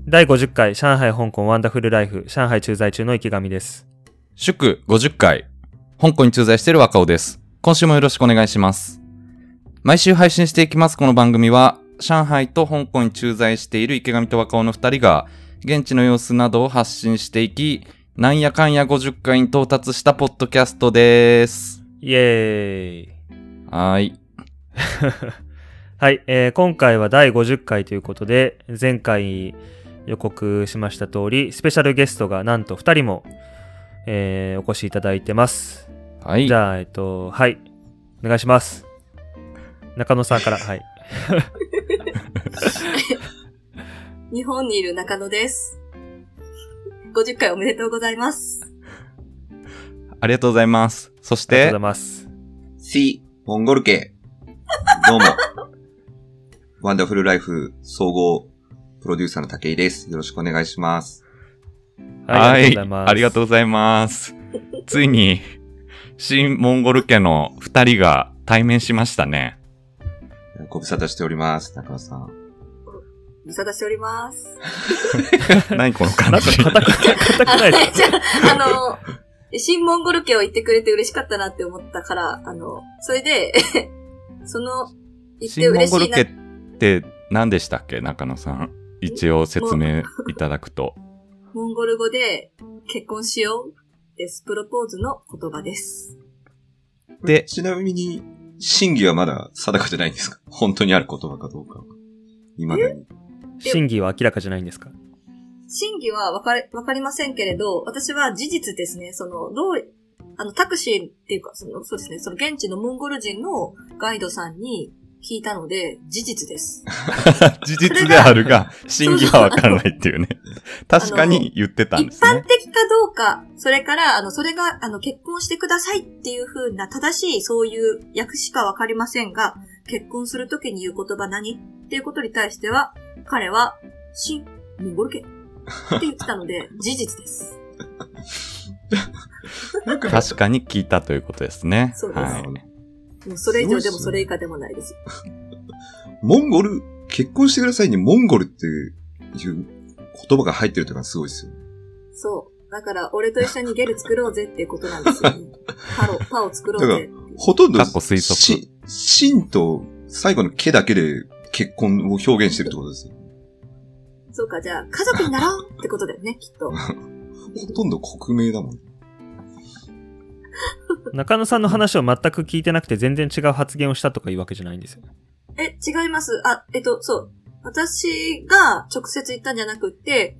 第50回上海香港ワンダフルライフ上海駐在中の池上です。 祝50回香港に駐在している若尾です。今週もよろしくお願いします。毎週配信していきますこの番組は、上海と香港に駐在している池上と若尾の2人が現地の様子などを発信していき、なんやかんや50回に到達したポッドキャストです。 イエーイ。 はい。 はい、今回は第50回ということで、前回予告しました通り、スペシャルゲストがなんと2人も、お越しいただいてます。 はい。 じゃあ、はい。お願いします。中野さんから、はい。 日本にいる中野です。50回おめでとうございます。 ありがとうございます。そして、 ありがとうございます。 シー、モンゴル系。どうも。ワンダフルライフ総合プロデューサーの武井です。よろしくお願いします。 はい。ありがとうございます。ついに、新モンゴル家の2人が対面しましたね。 ご無沙汰しております、中野さん。 ご無沙汰しております。 何この感じ。 なんか硬くないですか？ 新モンゴル家を言ってくれて嬉しかったなって思ったから、それで、言って嬉しいな。 新モンゴル家って何でしたっけ、中野さん。一応説明いただくと。 モンゴル語で結婚しようです。プロポーズの言葉です。 で、ちなみに、真偽はまだ定かじゃないんですか？本当にある言葉かどうか。未だに。 真偽は明らかじゃないんですか？ 真偽はわかりませんけれど、私は事実ですね。タクシーっていうか、そうですね、その現地のモンゴル人のガイドさんに聞いたので、事実です。 事実であるが、真偽はわからないっていうね。確かに言ってたんですね。 一般的かどうか、それから、それが、結婚してくださいっていう風な正しいそういう訳しかわかりませんが、結婚するときに言う言葉何っていうことに対しては、彼は、新モンゴル系って言ってたので、事実です。 確かに聞いたということですね。 そうです。 はい。 もうそれ以上でもそれ以下でもないです。 モンゴル、結婚してくださいにモンゴルっていう言葉が入ってるとかすごいですよ。 そう。だから、俺と一緒にゲル作ろうぜっていうことなんですよね。パを作ろうぜ。 だから、ほとんど、 シンと最後の毛だけで結婚を表現してるってことですよ。 そうか、じゃあ、家族になろうってことだよね、きっと。 ほとんど国名だもん。 中野さんの話を全く聞いてなくて全然違う発言をしたとかいうわけじゃないんですよ。 違います。そう。私が直接言ったんじゃなくって、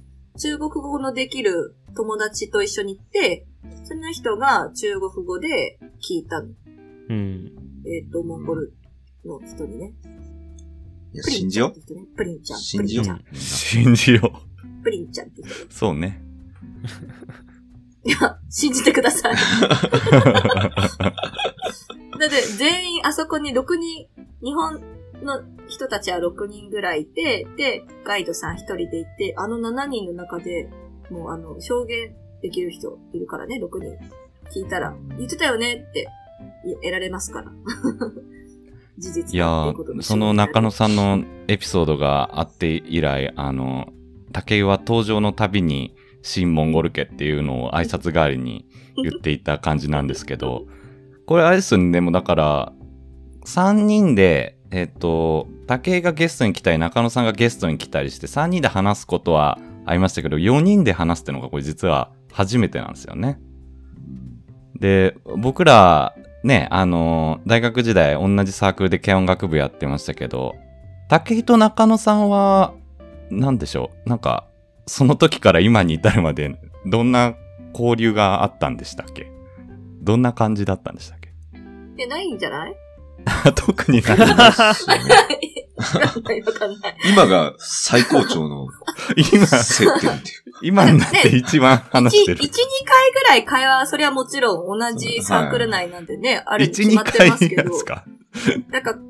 中国語のできる友達と一緒に行って、その人が中国語で聞いたの。 うん。 モンゴルの人にね。 いや、信じよう。 プリンちゃん。 信じよう。 信じよう。プリンちゃんって言ってる。 そうね。 いや、信じてください。だって全員あそこに6人、日本の人たちは6人ぐらいいて、で、ガイドさん1人でいて、7人の中で、もう証言できる人いるからね、6人。聞いたら、言ってたよねって得られますから。事実だってことで。 いや、その中野さんのエピソードがあって以来、武井は登場のたびに、新モンゴル家っていうのを挨拶代わりに言っていた感じなんですけど、これあれですよね、でもだから、3人で、武井がゲストに来たり、中野さんがゲストに来たりして、3人で話すことはありましたけど、4人で話すっていうのがこれ実は初めてなんですよね。で、僕ら、ね、大学時代同じサークルで軽音楽部やってましたけど、武井と中野さんは、なんでしょう、なんか、その時から今に至るまでどんな交流があったんでしたっけ？どんな感じだったんでしたっけ？ ないんじゃない？ 特にない。 わかんない。 今が最高潮の接点っていう。 今になって一番話してる。 1、2回ぐらい会話は、それはもちろん同じサークル内なんでね、あるに決まってますけど。 ですか？ なんか、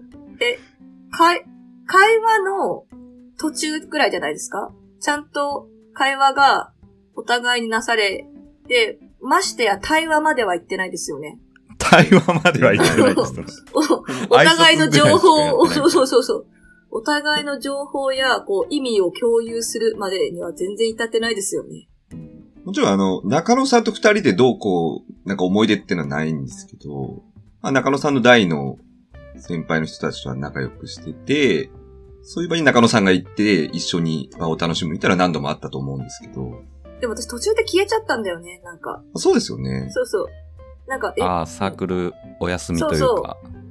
会話の途中ぐらいじゃないですか？ちゃんと会話がお互いになされて、ましてや対話までは言ってないですよね。 対話までは言ってないです。 お互いの情報を、そう。 お互いの情報や、こう、意味を共有するまでには全然至ってないですよね。 もちろん中野さんと二人でどうこう、なんか思い出ってのはないんですけど、まあ、中野さんの代の先輩の人たちとは仲良くしてて、そういう場に中野さんが行って一緒に場を楽しむみたいな何度もあったと思うんですけど。 でも私途中で消えちゃったんだよね、なんか。 そうですよね。 そうそう。なんか、 ああ、サークルお休みというか。 そうそう。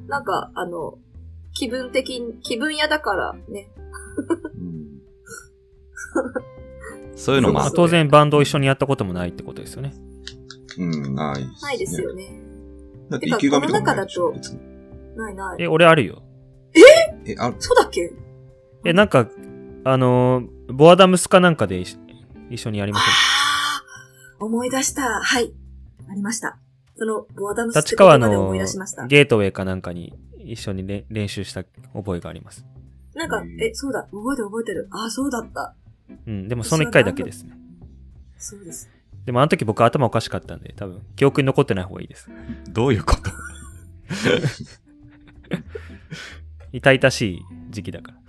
なんか、気分屋だからね。 うん、 そういうのもあって。 当然バンドを一緒にやったこともないってことですよね。 うん、ないですね。 ないですよね。 だって池上とかもないでしょ、別に。 ない。 俺あるよ。 そうだっけ？ なんか、ボアダムスかなんかで一緒にやりましょう。思い出した。はい。ありました。その、ボアダムスって立川言葉で思い出しました。 のゲートウェイかなんかに一緒に練習した覚えがあります。 なんか、そうだ。覚えてる。あ、そうだった。 うん、でもその一回だけですね。 そうです。 でもあの時僕頭おかしかったんで、多分記憶に残ってない方がいいです。 どういうこと痛々しい時期だから。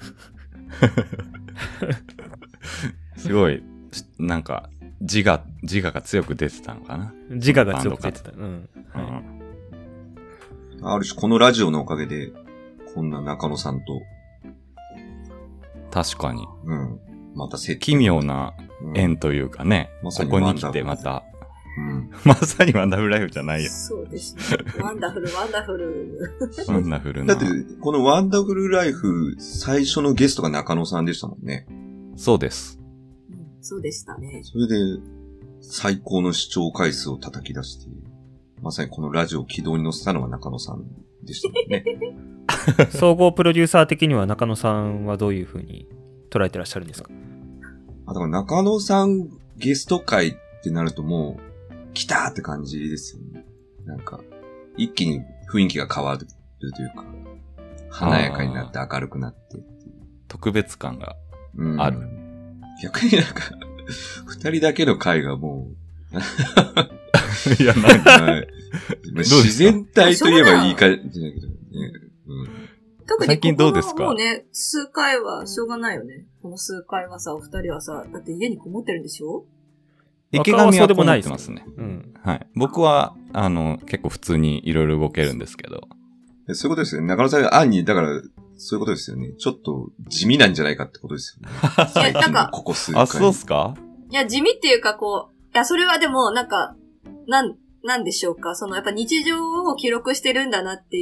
すごい、なんか、自我が強く出てたのかな。 自我が強く出てた。うん。 はいある種、このラジオのおかげで、こんな中野さんと、 確かに。 うん。また奇妙な縁というかね。 まさにここに来てまた。 うん、 まさにワンダフルライフじゃないよ。 そうですね。ワンダフル。 ワンダフルな。 だって、このワンダフルライフ、最初のゲストが中野さんでしたもんね。 そうです。 そうでしたね。 それで、最高の視聴回数を叩き出して、まさにこのラジオを軌道に乗せたのは中野さんでしたもんね。 総合プロデューサー的には中野さんはどういう風に捉えてらっしゃるんですか？ だから中野さんゲスト会ってなるともう、来たーって感じですよね。なんか、一気に雰囲気が変わるというか、華やかになって明るくなってっていう。 特別感がある。 逆になんか、二人だけの会がもう、 いや、なんか、 自然体といえばいい感じだけどね。 特に最近どうですか？ もうね、数回はしょうがないよね。この数回はさ、お二人はさ、だって家にこもってるんでしょ？ 池上はそうでもないですね。 うん。 はい。僕は、結構普通にいろいろ動けるんですけど。 そういうことですよね。中野さんが案に、だから、そういうことですよね。ちょっと地味なんじゃないかってことですよね。最近のここ数回。 あ、そうっすか？ いや、地味っていうかこう、いや、それはでも、なんか、なんでしょうか。やっぱ日常を記録してるんだなっていう、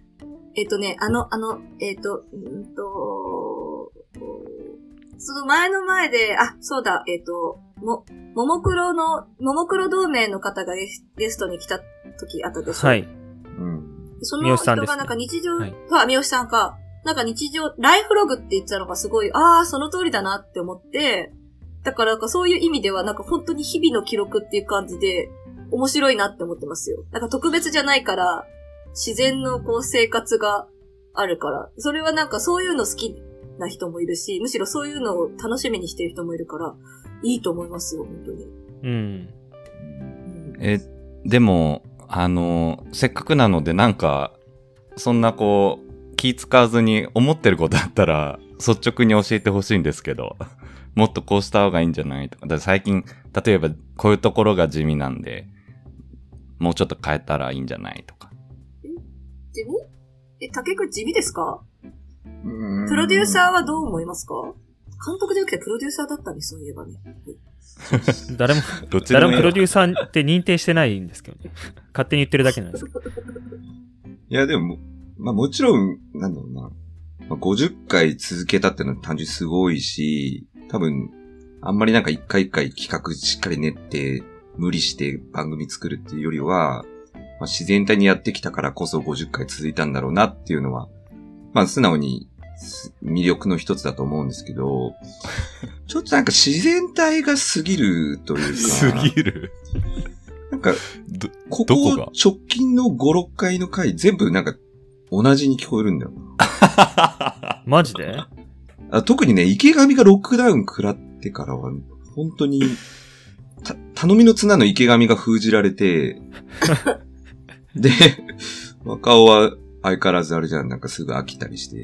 その前の前で、そうだ、ももクロ同盟の方がゲストに来た時あったでしょ。 はい。 うん。 その人がなんか日常、三好さんか、なんか日常、ライフログって言ってたのがすごい、その通りだなって思って、だからなんかそういう意味ではなんか本当に日々の記録っていう感じで、面白いなって思ってますよ。なんか特別じゃないから、自然のこう生活があるから、それはなんかそういうの好きな人もいるし、むしろそういうのを楽しみにしてる人もいるから、いいと思いますよ、本当に。 うん。 でも、せっかくなのでなんか、そんなこう、気使わずに思ってることあったら、率直に教えてほしいんですけど、もっとこうした方がいいんじゃないとか、だから最近、例えばこういうところが地味なんで、もうちょっと変えたらいいんじゃないとか。 地味？竹くん地味ですか？プロデューサーはどう思いますか？監督でよくてプロデューサーだったんです、そういえばね。 誰もプロデューサーって認定してないんですけどね。勝手に言ってるだけなんですけど。 いや、でも、まあもちろん、なんだろうな。50回続けたってのは単純にすごいし、多分、あんまりなんか一回一回企画しっかり練って、無理して番組作るっていうよりは、自然体にやってきたからこそ50回続いたんだろうなっていうのは、素直に魅力の一つだと思うんですけど、ちょっとなんか自然体が過ぎるというか。 過ぎるなんか、ここ直近の5、6回の回全部なんか同じに聞こえるんだよな。 マジで？ 特にね、池上がロックダウン食らってからは、本当に、頼みの綱の池上が封じられて、で、若尾は相変わらずあれじゃん、なんかすぐ飽きたりして、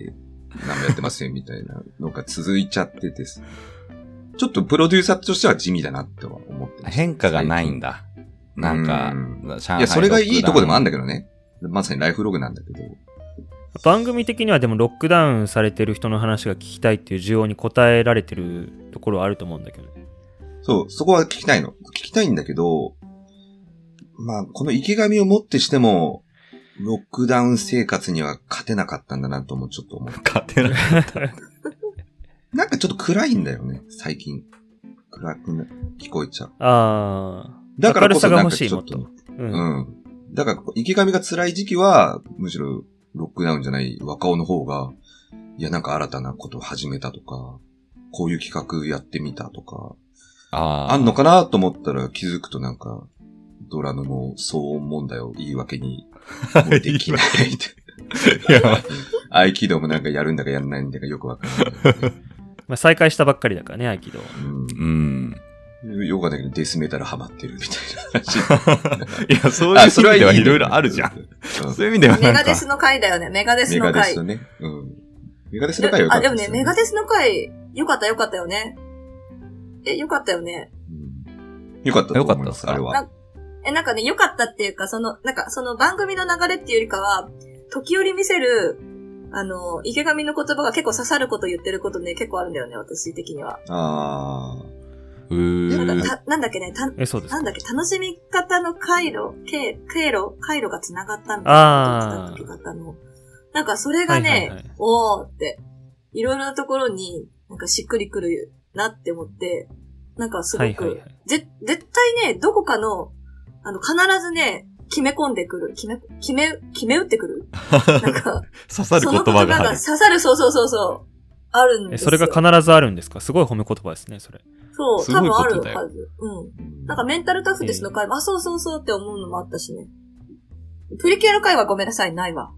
何もやってませんみたいなのが続いちゃってて、ちょっとプロデューサーとしては地味だなっては思ってます。 変化がないんだ。なんか、 上海いや、それがいいとこでもあるんだけどね。まさにライフログなんだけど。 番組的にはでもロックダウンされてる人の話が聞きたいっていう需要に応えられてるところはあると思うんだけどね。 そう、そこは聞きたいの。聞きたいんだけど、まあ、この池上をもってしても、ロックダウン生活には勝てなかったんだなともちょっと思う。 勝てなかった。 なんかちょっと暗いんだよね、最近。暗く聞こえちゃう。 ああ。 だからこそなんかちょっ明るさが欲しいと、うん。だから、池上が辛い時期は、むしろロックダウンじゃない若尾の方が、いやなんか新たなことを始めたとか、こういう企画やってみたとか、あんのかなと思ったら気づくとなんか、ドラムの騒音問題を言い訳にもうできないって。いや、合気道もなんかやるんだかやらないんだかよくわからない、 まあ再開したばっかりだからね、合気道は。 ヨガだけどデスメタルハマってるみたいな話。いや、そういう意味ではいろいろあるじゃん。そういう意味ではメガデスの回だよね、メガデスの回。 メガデスね。メガデスの回はよかったでもね、メガデスの回、よかったよね。よかったよね。 よかったと思います、あれは。 なんかね、良かったっていうか、その番組の流れっていうよりかは、時折見せる、池上の言葉が結構刺さること言ってることね、結構あるんだよね、私的には。なんだっけね、 そうです。 なんだっけ、楽しみ方の回路が繋がったみたいなことを伝ったの。なんかそれがね、おーって、いろいろなところになんかしっくりくるなって思って、なんかすごく、絶対ね、どこかの、必ずね、決め込んでくる。決め打ってくるなんか、 刺さる言葉がある。その言葉が刺さる、そう。あるんですよ。 それが必ずあるんですか？すごい褒め言葉ですね、それ。 そう、多分あるはず。なんかメンタルタフネスの回も、そうって思うのもあったしね。プリキュアの回はごめんなさい、ないわ。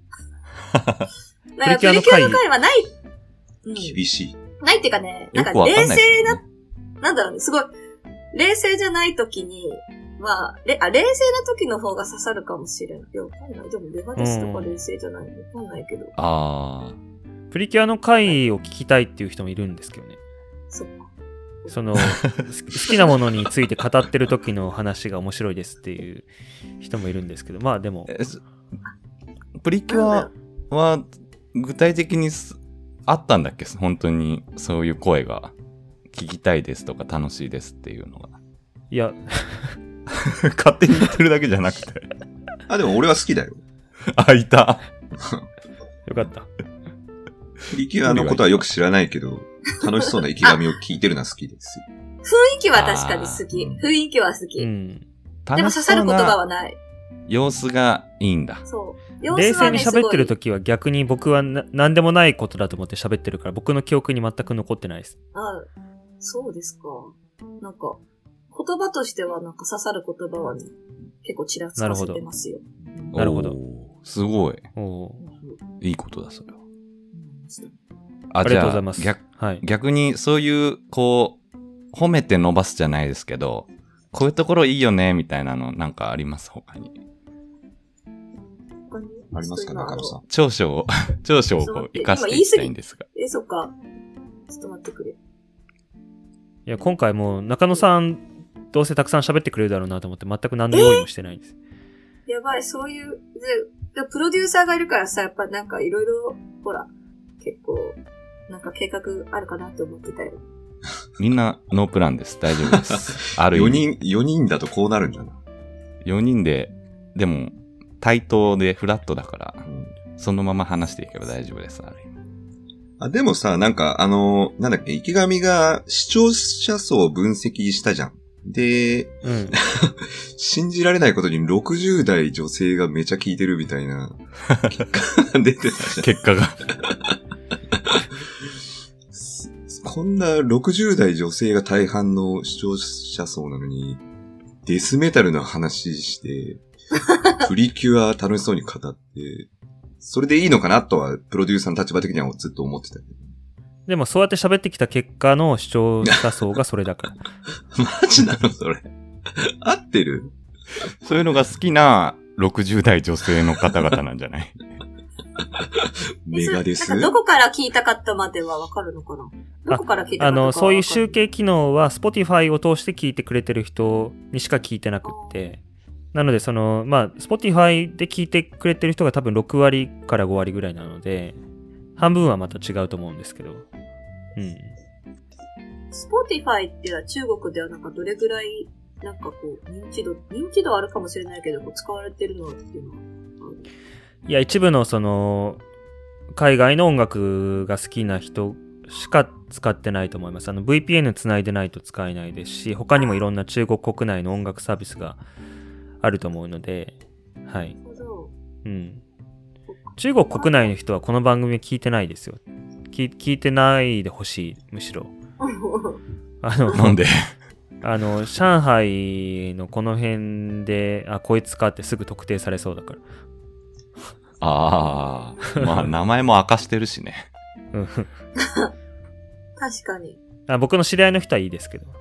プリキュアの回はない。 厳しい。 ないっていうかね、なんか冷静な、なんだろうね、すごい、冷静じゃない時に、まあ、冷静な時の方が刺さるかもしれない。いや、わかんない。でも、メガデスとか冷静じゃない。わかんないけど。 プリキュアの回を聞きたいっていう人もいるんですけどね。 そっか。 好きなものについて語ってる時の話が面白いですっていう人もいるんですけど、まあでも。 プリキュアは具体的にあったんだっけ？本当にそういう声が聞きたいですとか楽しいですっていうのが。 いや、 勝手に言ってるだけじゃなくて。 でも俺は好きだよ。 いた。 よかった。 プリキュアのことはよく知らないけど、楽しそうな池上を聞いてるのは好きですよ。 雰囲気は確かに好き。雰囲気は好き。でも刺さる言葉はない。 様子がいいんだ。 そう。 冷静に喋ってる時は逆に僕は何でもないことだと思って喋ってるから、僕の記憶に全く残ってないです。 そうですか。なんか、言葉としてはなんか刺さる言葉はね、結構ちらつかせてますよ。 なるほど。 すごい。いいことだ、それは。 ありがとうございます。 逆にそういう、こう、褒めて伸ばすじゃないですけど、こういうところいいよね、みたいなのなんかあります、他に。 ありますか、中野さん。 長所を生かしていきたいんですが。 そっか。ちょっと待ってくれ。 いや、今回もう中野さん、どうせたくさん喋ってくれるだろうなと思って全く何の用意もしてないんです。 やばい、そういう、プロデューサーがいるからさ、やっぱなんかいろいろ、ほら、結構、なんか計画あるかなって思ってたよ。 みんなノープランです。大丈夫です。ある意味。 4人だとこうなるんじゃない？ 4 人で、でも、対等でフラットだから、そのまま話していけば大丈夫です。ある意味。 でもさ、なんかなんだっけ、池上が視聴者層を分析したじゃん。で、信じられないことに60代女性がめちゃ聞いてるみたいな結果が出てたじゃん。 結果が。 こんな60代女性が大半の視聴者層なのに、デスメタルの話して、プリキュア楽しそうに語って、それでいいのかなとは、プロデューサーの立場的にはずっと思ってたけど。 でもそうやって喋ってきた結果の視聴者層がそれだから。 マジなのそれ。合ってる？ そういうのが好きな60代女性の方々なんじゃない？ メガです。 なんかどこから聞いたかったまではわかるのかな。どこから聞いたかったかそういう集計機能は Spotify を通して聞いてくれてる人にしか聞いてなくって、なのでSpotify で聞いてくれてる人が多分6割から5割ぐらいなので、半分はまた違うと思うんですけど。 Spotify っていうのは中国ではなんかどれぐらいなんかこう認知度はあるかもしれないけど、使われてるのっていうのは。 いや、一部の海外の音楽が好きな人しか使ってないと思います。VPN つないでないと使えないですし、他にもいろんな中国国内の音楽サービスがあると思うので、はい。中国国内の人はこの番組聞いてないですよ。聞いてないでほしい、むしろ。 なんで上海のこの辺で、こいつかってすぐ特定されそうだから。 まあ名前も明かしてるしね。 確かに。 僕の知り合いの人はいいですけど。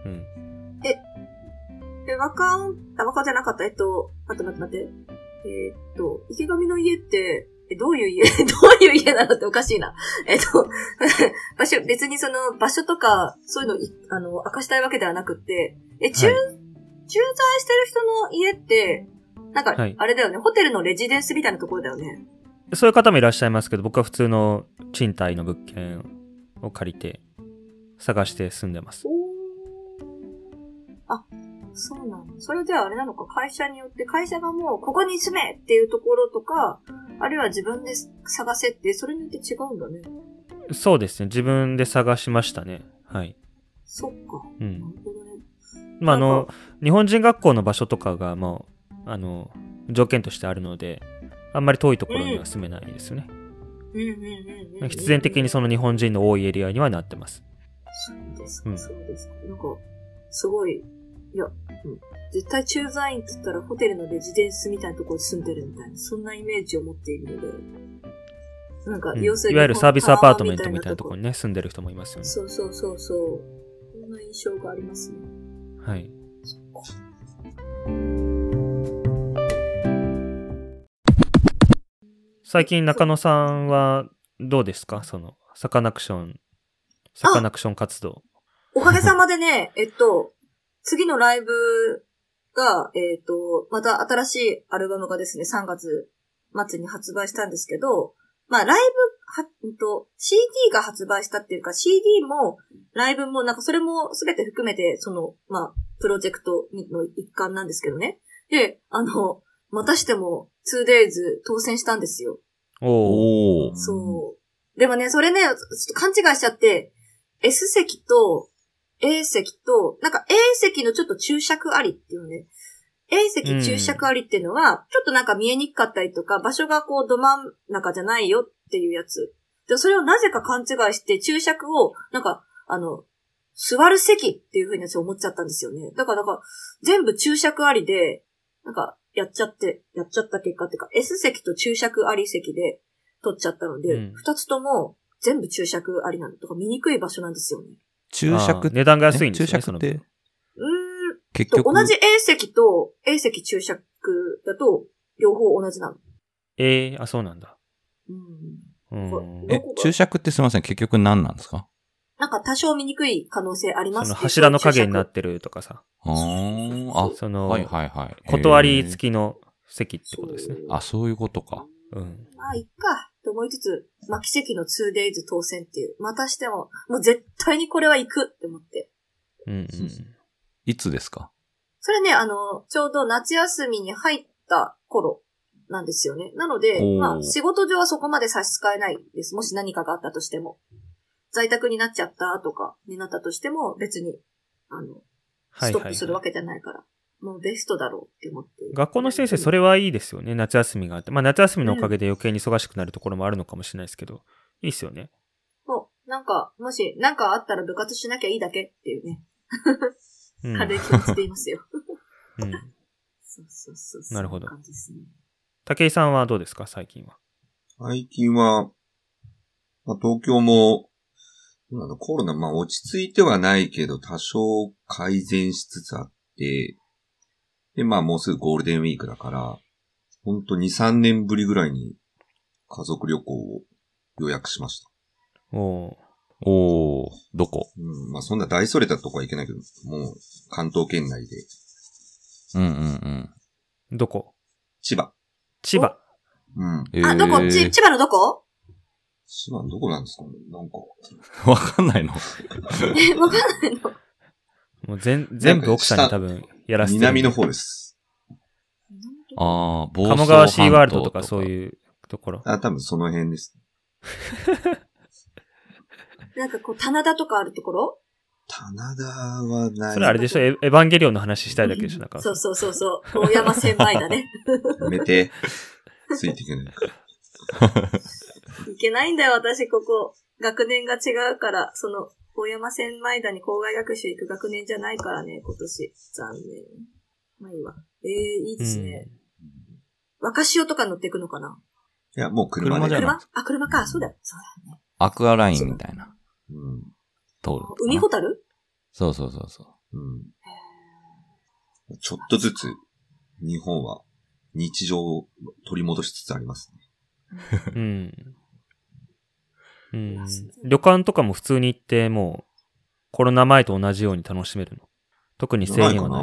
若じゃなかった。待って。池上の家って、どういう家なのっておかしいな。別に場所とか、そういうの、明かしたいわけではなくって、駐在してる人の家って、なんか、あれだよね、ホテルのレジデンスみたいなところだよね。 そういう方もいらっしゃいますけど、僕は普通の賃貸の物件を借りて、探して住んでます。 そうなの。それではあれなのか、会社によって会社がもうここに住めっていうところとか、あるいは自分で探せって、それによって違うんだね。 そうですね。自分で探しましたね。はい。 そっか。 なるほどね。日本人学校の場所とかがもう、条件としてあるので、あんまり遠いところには住めないですよね。必然的にその日本人の多いエリアにはなってます。 そうですか、そうですか。なんか、すごい、いや、絶対駐在員って言ったらホテルのレジデンスみたいなところに住んでるみたいな、そんなイメージを持っているので、なんか、要するに、 いわゆるサービスアパートメントみたいなところにね、住んでる人もいますよね。 そう。そんな印象がありますね。 はい。最近中野さんはどうですか？サカナクション活動。 おかげさまでね、次のライブが、また新しいアルバムがですね、3月末に発売したんですけど、まあ、ライブ、CD が発売したっていうか、CD も、ライブも、なんかそれもすべて含めて、まあ、プロジェクトの一環なんですけどね。で、またしても 2days 当選したんですよ。そう。でもね、それね、ちょっと勘違いしちゃって、S 席と A 席と、なんか A 席のちょっと注釈ありっていうのね。A 席注釈ありっていうのは、ちょっとなんか見えにくかったりとか、場所がこうど真ん中じゃないよっていうやつ。で、それをなぜか勘違いして、注釈を、なんか、座る席っていう風に私思っちゃったんですよね。だから、全部注釈ありで、なんか、やっちゃった結果っていうか、S 席と注釈あり席で取っちゃったので、二つとも全部注釈ありなのとか見にくい場所なんですよね。 注釈値段が安いんですね。 注釈って。 結局。同じ A 席と A 席注釈だと、両方同じなの。 そうなんだ。 注釈ってすみません、結局何なんですか？ なんか多少見にくい可能性ありますね。 柱の影になってるとかさ。断り付きの席ってことですね。 そういうことか。 いっか。と思いつつ、奇跡の 2days 当選っていう。またしても、もう絶対にこれは行くって思って。 いつですか？ それね、ちょうど夏休みに入った頃なんですよね。なので、仕事上はそこまで差し支えないです。もし何かがあったとしても。在宅になっちゃったとかになったとしても、別に、ストップするわけじゃないから。もうベストだろうって思って。 学校の先生、それはいいですよね。夏休みがあって。夏休みのおかげで余計に忙しくなるところもあるのかもしれないですけど、いいっすよね。 なんか、もし、なんかあったら部活しなきゃいいだけっていうね。軽い気持ちでいますよ。そう。 なるほど。武井さんはどうですか、最近は。 最近は、東京も、コロナ、落ち着いてはないけど、多少改善しつつあって、で、もうすぐゴールデンウィークだから、ほんと2、3年ぶりぐらいに家族旅行を予約しました。 おおー、どこ？ まあそんな大それたとこはいけないけど、もう関東圏内で。 うんうんうん。 どこ？ 千葉。 千葉。 あ、どこ千葉のどこ？ 千葉のどこなんですかねなんか。 わかんないの？ わかんないの。 もう全部奥さんに多分やらせてる。 南の方です。 ああ、房総鴨川シーワールドとかそうう。 いうところ。 多分その辺です。 なんかこう、棚田とかあるところ？ 棚田はない。 それあれでしょエヴァンゲリオンの話したいだけでしょなんか。 そうそうそうそう。大山千枚だね。 やめて。ついていけない。 いけないんだよ、私、ここ。学年が違うから、その、大山千枚田に校外学習行く学年じゃないからね、今年。残念。まあいいわ。いいですね。若潮とか乗っていくのかな？ いや、もう車で。 車じゃない車？あ、車か。そうだよ。そうだよね。 アクアラインみたいな。通る。 海ホタル？ そうそうそうそう。 ちょっとずつ、日本は日常を取り戻しつつありますね。 旅館とかも普通に行って、もう、コロナ前と同じように楽しめるの。特に制限はない。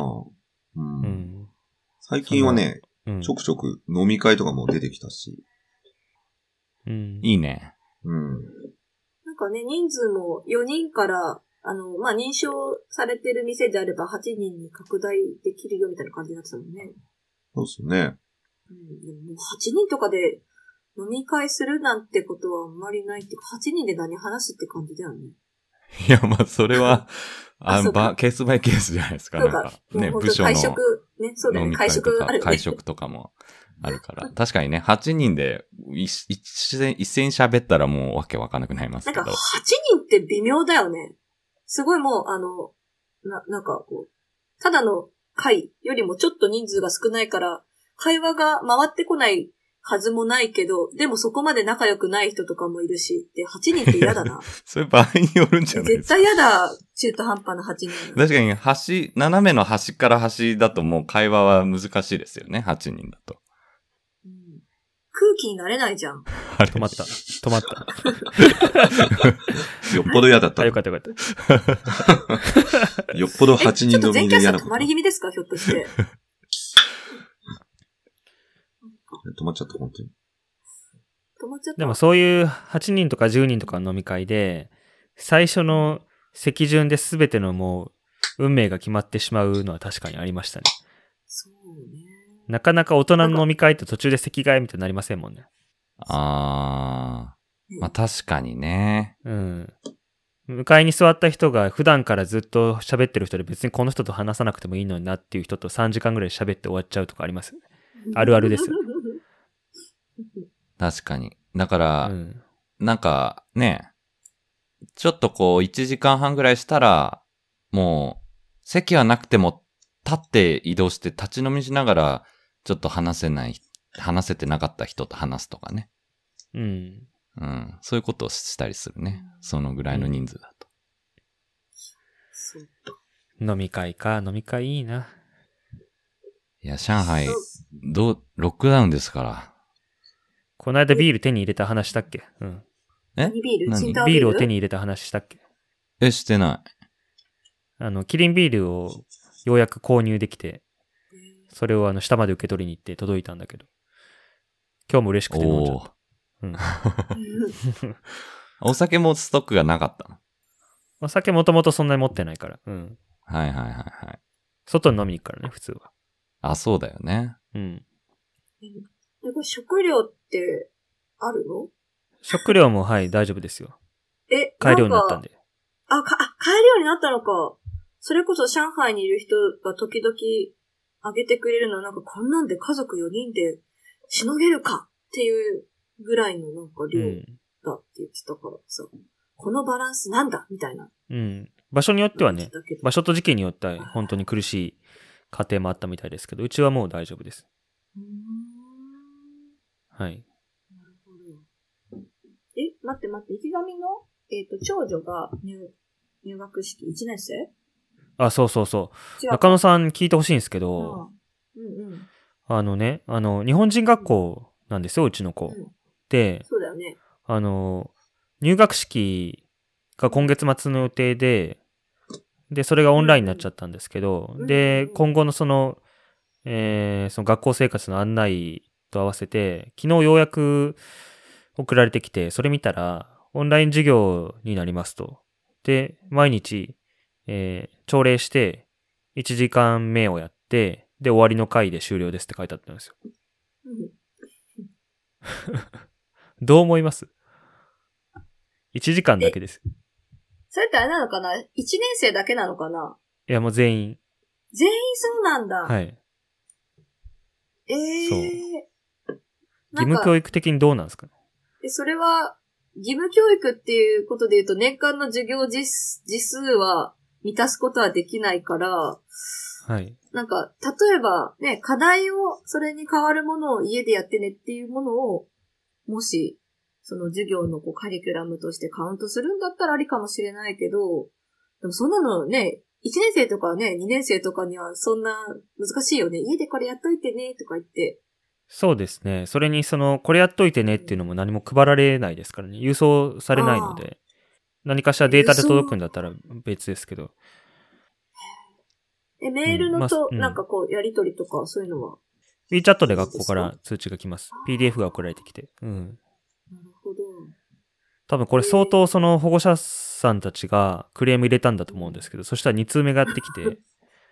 最近はね、ちょくちょく飲み会とかも出てきたし。 いいね。 なんかね、人数も4人から、まあ、認証されてる店であれば8人に拡大できるよみたいな感じになってたもんね。 そうですね。 でももう8人とかで飲み会するなんてことはあんまりないっていうか、8人で何話すって感じだよね。 いや、まあ、それは、ケースバイケースじゃないですか。なんか、ね、部署の。 会食、ね、そうだよね。会食あるよね。 会食とかもあるから。確かにね、8人で一斉に喋ったらもうわけわかんなくなりますけど。 なんか、8人って微妙だよね。すごいもう、なんかこう、ただの会よりもちょっと人数が少ないから、会話が回ってこないはずもないけど、でもそこまで仲良くない人とかもいるし、で、8人って嫌だな。 それ場合によるんじゃないですか。 絶対嫌だ、中途半端な8人。 確かに斜めの端から端だともう会話は難しいですよね、8人だと。 空気になれないじゃん。 止まった。 よっぽど嫌だった。 よかった。 よっぽど8人飲みで嫌なこと。 ちょっと前回さん止まり気味ですかひょっとして。 止まっちゃった、本当に。 止まっちゃった。 でもそういう8人とか10人とかの飲み会で、最初の席順で全てのもう、運命が決まってしまうのは確かにありましたね。 そうね。 なかなか大人の飲み会って途中で席替えみたいになりませんもんね。 まあ確かにね。 向かいに座った人が普段からずっと喋ってる人で別にこの人と話さなくてもいいのになっていう人と3時間ぐらい喋って終わっちゃうとかありますよね。あるあるですよ。 確かに。だから、なんかね、ちょっとこう1時間半ぐらいしたら、もう席はなくても立って移動して立ち飲みしながらちょっと話せてなかった人と話すとかね。そういうことをしたりするね。そのぐらいの人数だと。 飲み会いいな。 いや、上海、ロックダウンですから。 この間ビール手に入れた話したっけ？ 何ビール？ ビールを手に入れた話したっけ？ してない。 キリンビールをようやく購入できて、それを下まで受け取りに行って届いたんだけど、今日も嬉しくて飲んじゃった。 お酒もストックがなかったの？ お酒もともとそんなに持ってないから。 はい。 外に飲みに行くからね、普通は。 あ、そうだよね。 食料ってあるの？ 食料もはい、大丈夫ですよ。買えるようになったんで。 買えるようになったのか。それこそ上海にいる人が時々あげてくれるのはなんかこんなんで家族4人でしのげるかっていうぐらいのなんか量だって言ってたからさ、このバランスなんだみたいな。 場所によってはね、場所と時期によっては本当に苦しい家庭もあったみたいですけど、うちはもう大丈夫です。はい。 なるほど。待って、池上の、長女が入学式1年生？ あ、そう。中野さん聞いてほしいんですけど、日本人学校なんですよ、うちの子。 で、 そうだよね。 入学式が今月末の予定で、それがオンラインになっちゃったんですけど、で、今後のその学校生活の案内と合わせて、昨日ようやく送られてきて、それ見たら、オンライン授業になりますと。で、毎日、朝礼して、1時間目をやって、で、終わりの回で終了ですって書いてあったんですよ。どう思います？ 1 時間だけです。 それってあれなのかな？ 1 年生だけなのかな？ いや、もう全員。 全員そうなんだ。 はい。 そう。 義務教育的にどうなんですかね？ それは、義務教育っていうことで言うと、年間の授業時数は満たすことはできないから、 はい。 なんか、例えばね、課題を、それに代わるものを家でやってねっていうものを、もし、その授業のカリキュラムとしてカウントするんだったらありかもしれないけど、でもそんなのね、1年生とかね、2年生とかにはそんな難しいよね。家でこれやっといてね、とか言って。 そうですね。それにこれやっといてねっていうのも何も配られないですからね。郵送されないので。何かしらデータで届くんだったら別ですけど。 メールのなんかやりとりとかそういうのは WeChat で学校から通知が来ます。PDF が送られてきて。 なるほど。 多分これ相当保護者さんたちがクレーム入れたんだと思うんですけど、そしたら2通目がやってきて、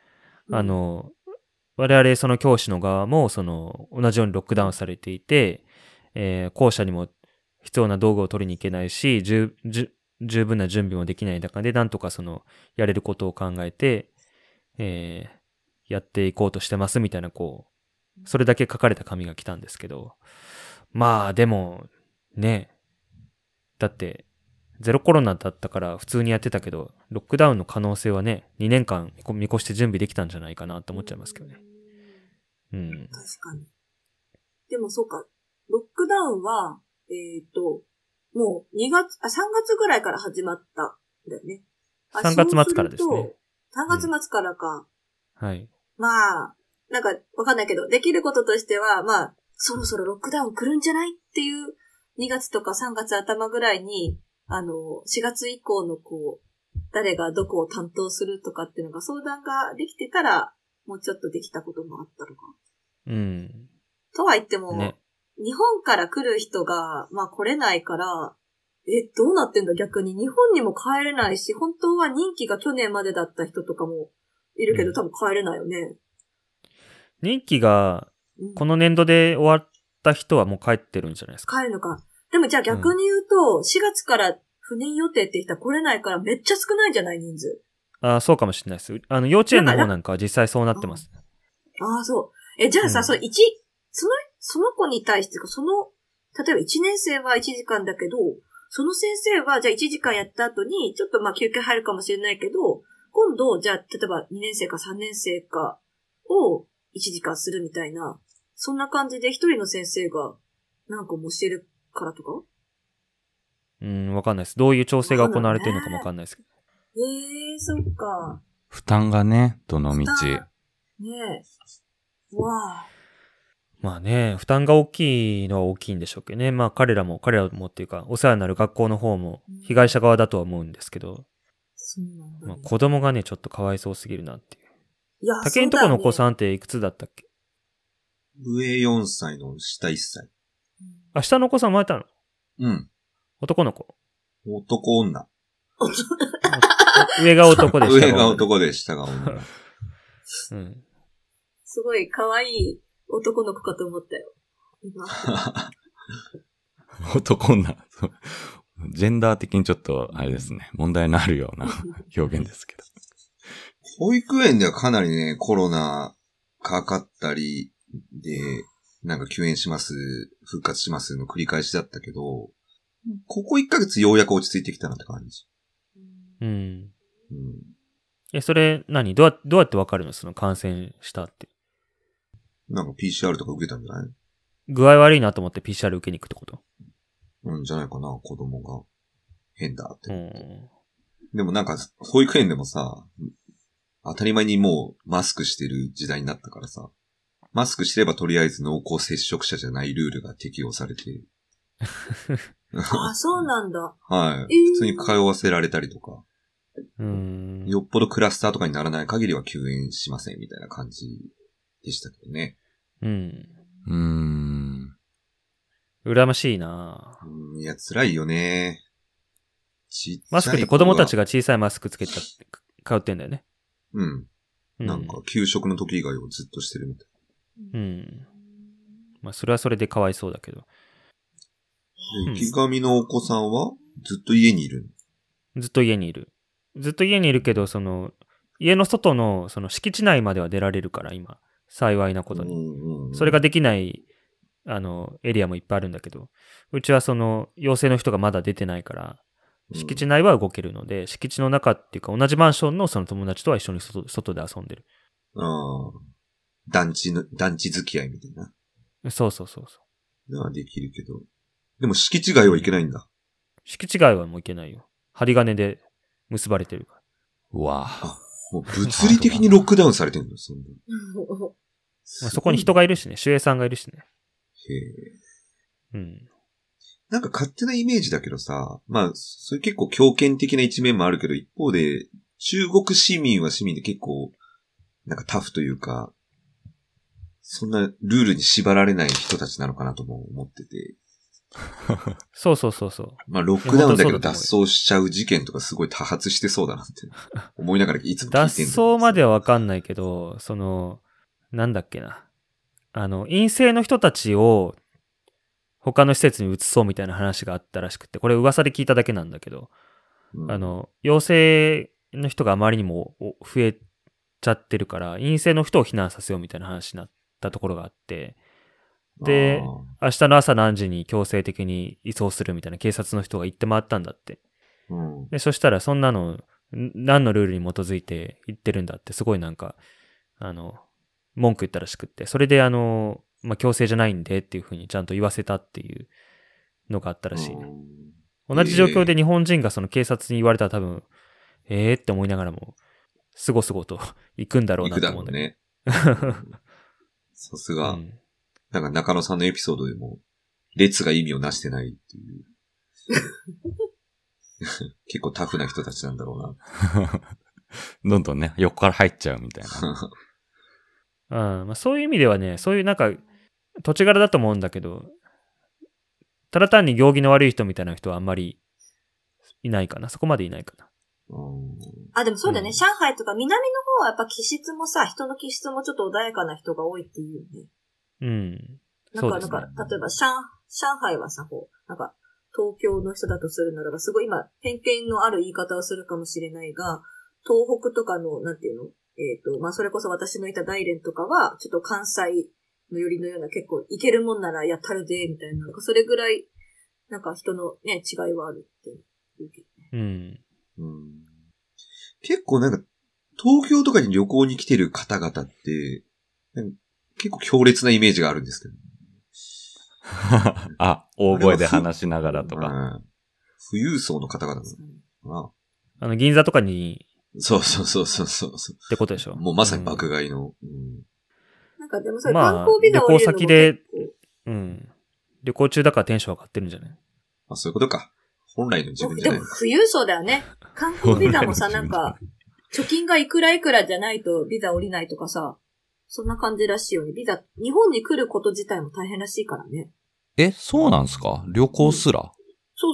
我々その教師の側も同じようにロックダウンされていて、校舎にも必要な道具を取りに行けないし、十分な準備もできない中で、なんとかやれることを考えて、やっていこうとしてますみたいなそれだけ書かれた紙が来たんですけど、まあでもね、だってゼロコロナだったから普通にやってたけど、ロックダウンの可能性はね、2年間見越して準備できたんじゃないかなって思っちゃいますけどね。 確かに。でもそうか、ロックダウンはもう3月ぐらいから始まったんだよね。 3月末からですね。 3月末からか。 はい。 まあ、なんかわかんないけど、できることとしては、まあ、そろそろロックダウン来るんじゃないっていう2月とか3月頭ぐらいに、4月以降の誰がどこを担当するとかっていうのが相談ができてたら、もうちょっとできたこともあったのか。とは言っても、ね、日本から来る人が、まあ来れないから、どうなってんだ逆に。日本にも帰れないし、本当は任期が去年までだった人とかもいるけど、多分帰れないよね。 任期が、この年度で終わった人はもう帰ってるんじゃないですか。 帰るのか。でもじゃあ逆に言うと、4月から赴任予定って人は来れないからめっちゃ少ないんじゃない人数。 そうかもしれないです。幼稚園の方なんかは実際そうなってます。 そう。じゃあさ、その子に対して、例えば1年生は1時間だけど、その先生はじゃあ1時間やった後に、ちょっと休憩入るかもしれないけど、今度、じゃあ例えば2年生か3年生かを1時間するみたいな、そんな感じで一人の先生が何個も教えるからとか？ わかんないです。どういう調整が行われてるのかもわかんないですけど。 そっか。 負担がね、どの道。 ねえ。わあ。 まあね、負担が大きいのは大きいんでしょうけどね。まあ彼らもっていうか、お世話になる学校の方も被害者側だとは思うんですけど、 そうなんだね。 子供がね、ちょっとかわいそうすぎるなっていう。 いや、 竹井のとこのお子さんっていくつだったっけ？ 上4歳の下1歳。 下のお子さん生まれたの？ うん。 男の子？ 男女。 上が男で上が男で下が女。 すごい可愛い男の子かと思ったよ。 男女。ジェンダー的にちょっと、あれですね、問題のあるような表現ですけど。 保育園ではかなりね、コロナかかったりで、なんか休園します、復活しますの繰り返しだったけど、ここ1ヶ月ようやく落ち着いてきたなって感じ。 それどうやってわかるの？その感染したって。 なんか PCR とか受けたんじゃない？ 具合悪いなと思って PCR 受けに行くってこと？ じゃないかな、子供が。変だって。でもなんか、保育園でもさ、当たり前にもうマスクしてる時代になったからさ、マスクしてればとりあえず濃厚接触者じゃないルールが適用されて、 あ、そうなんだ。 はい。普通に通わせられたりとか。よっぽどクラスターとかにならない限りは休園しませんみたいな感じでしたけどね。 羨ましいな。 いや、辛いよね。 マスクって子供たちが小さいマスクつけて通ってんだよね。 なんか、給食の時以外をずっとしてるみたい。 まあ、それはそれでかわいそうだけど。 池上のお子さんはずっと家にいるの？ずっと家にいる。ずっと家にいるけど、家の外の、敷地内までは出られるから、今。幸いなことに。それができない、エリアもいっぱいあるんだけど、うちは陽性の人がまだ出てないから、敷地内は動けるので、敷地の中っていうか、同じマンションのその友達とは一緒に外で遊んでる。 団地付き合いみたいな。 そう。 はできるけど。でも敷地外はいけないんだ。 敷地外はもういけないよ。針金で結ばれてるから。 うわもう物理的にロックダウンされてるんだ、そんな。 そこに人がいるしね、守衛さんがいるしね。 なんか勝手なイメージだけどさ、まあ、それ結構強権的な一面もあるけど、一方で、中国市民は市民で結構、なんかタフというか、そんなルールに縛られない人たちなのかなとも思ってて。 そう。 まあ、ロックダウンだけど脱走しちゃう事件とかすごい多発してそうだなって思いながらいつも聞いてんだ。 脱走まではわかんないけど、なんだっけな。陰性の人たちを他の施設に移そうみたいな話があったらしくて、これ噂で聞いただけなんだけど、陽性の人があまりにも増えちゃってるから、陰性の人を避難させようみたいな話になったところがあって、で、明日の朝何時に強制的に移送するみたいな警察の人が言って回ったんだって。で、そしたらそんなの、何のルールに基づいて言ってるんだって、すごいなんか、文句言ったらしくって、それで強制じゃないんでっていうふうにちゃんと言わせたっていうのがあったらしいね。同じ状況で日本人がその警察に言われたら多分、って思いながらも、すごすごと行くんだろうなと思うんだけど。 行くだろうね。さすが。なんか中野さんのエピソードでも、列が意味をなしてないっていう。結構タフな人たちなんだろうな。 どんどんね、横から入っちゃうみたいな。まあ、そういう意味ではね、そういうなんか、土地柄だと思うんだけど、ただ単に行儀の悪い人みたいな人はあんまりいないかな。そこまでいないかな。 でもそうだね。上海とか南の方はやっぱ気質もさ、人の気質もちょっと穏やかな人が多いっていうね。なんか、例えば上海はさ、なんか、東京の人だとするならば、すごい今、偏見のある言い方をするかもしれないが、東北とかの、なんていうの？まあ、それこそ私のいた大連とかは、ちょっと関西の寄りのような結構、いけるもんならやったるで、みたいな、なんかそれぐらい、なんか人のね、違いはあるっていうけどね。 結構なんか、東京とかに旅行に来てる方々って、結構強烈なイメージがあるんですけど。 大声で話しながらとか。 富裕層の方々なのかな。 銀座とかに。 そう。ってことでしょ。 もうまさに爆買いの。 なんかでもそれ観光ビザを旅行先で、旅行中だからテンション上がってるんじゃない？ そういうことか。本来の自分じゃない。 でも富裕層だよね。観光ビザもさ、なんか、貯金がいくらいくらじゃないとビザ降りないとかさ、そんな感じらしいよね。ビザ、日本に来ること自体も大変らしいからね。 そうなんすか？旅行すら？ そう。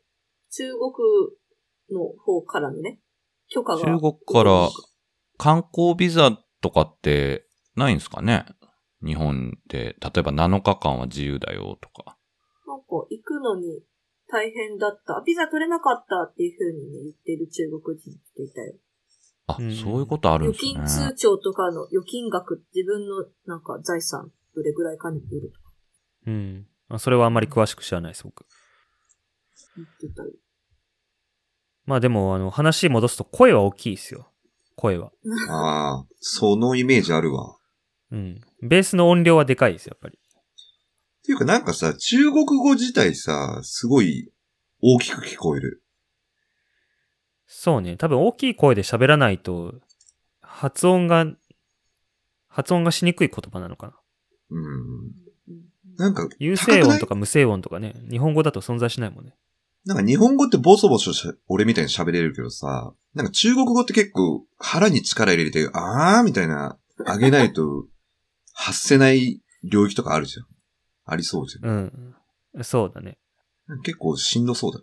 中国の方からのね、許可が。 中国から観光ビザとかってないんすかね？日本で、例えば7日間は自由だよとか。 なんか行くのに大変だった。ビザ取れなかったっていう風にね、言ってる中国人っていたよ。 そういうことあるんですね。 預金通帳とかの預金額、自分のなんか財産、どれぐらいかによるとか。 それはあんまり詳しく知らないです、僕。 言ってたよ。 まあでも、話戻すと声は大きいですよ。声は。 そのイメージあるわ。 ベースの音量はでかいですよ、やっぱり。 っていうかなんかさ、中国語自体さ、すごい大きく聞こえる。 そうね。多分大きい声で喋らないと、発音がしにくい言葉なのかな。 なんか、 有声音とか無声音とかね、日本語だと存在しないもんね。 なんか日本語ってボソボソ俺みたいに喋れるけどさ、なんか中国語って結構腹に力入れて、あーみたいな、上げないと発せない領域とかあるじゃん。ありそうじゃん。 うん。そうだね。 結構しんどそうだね。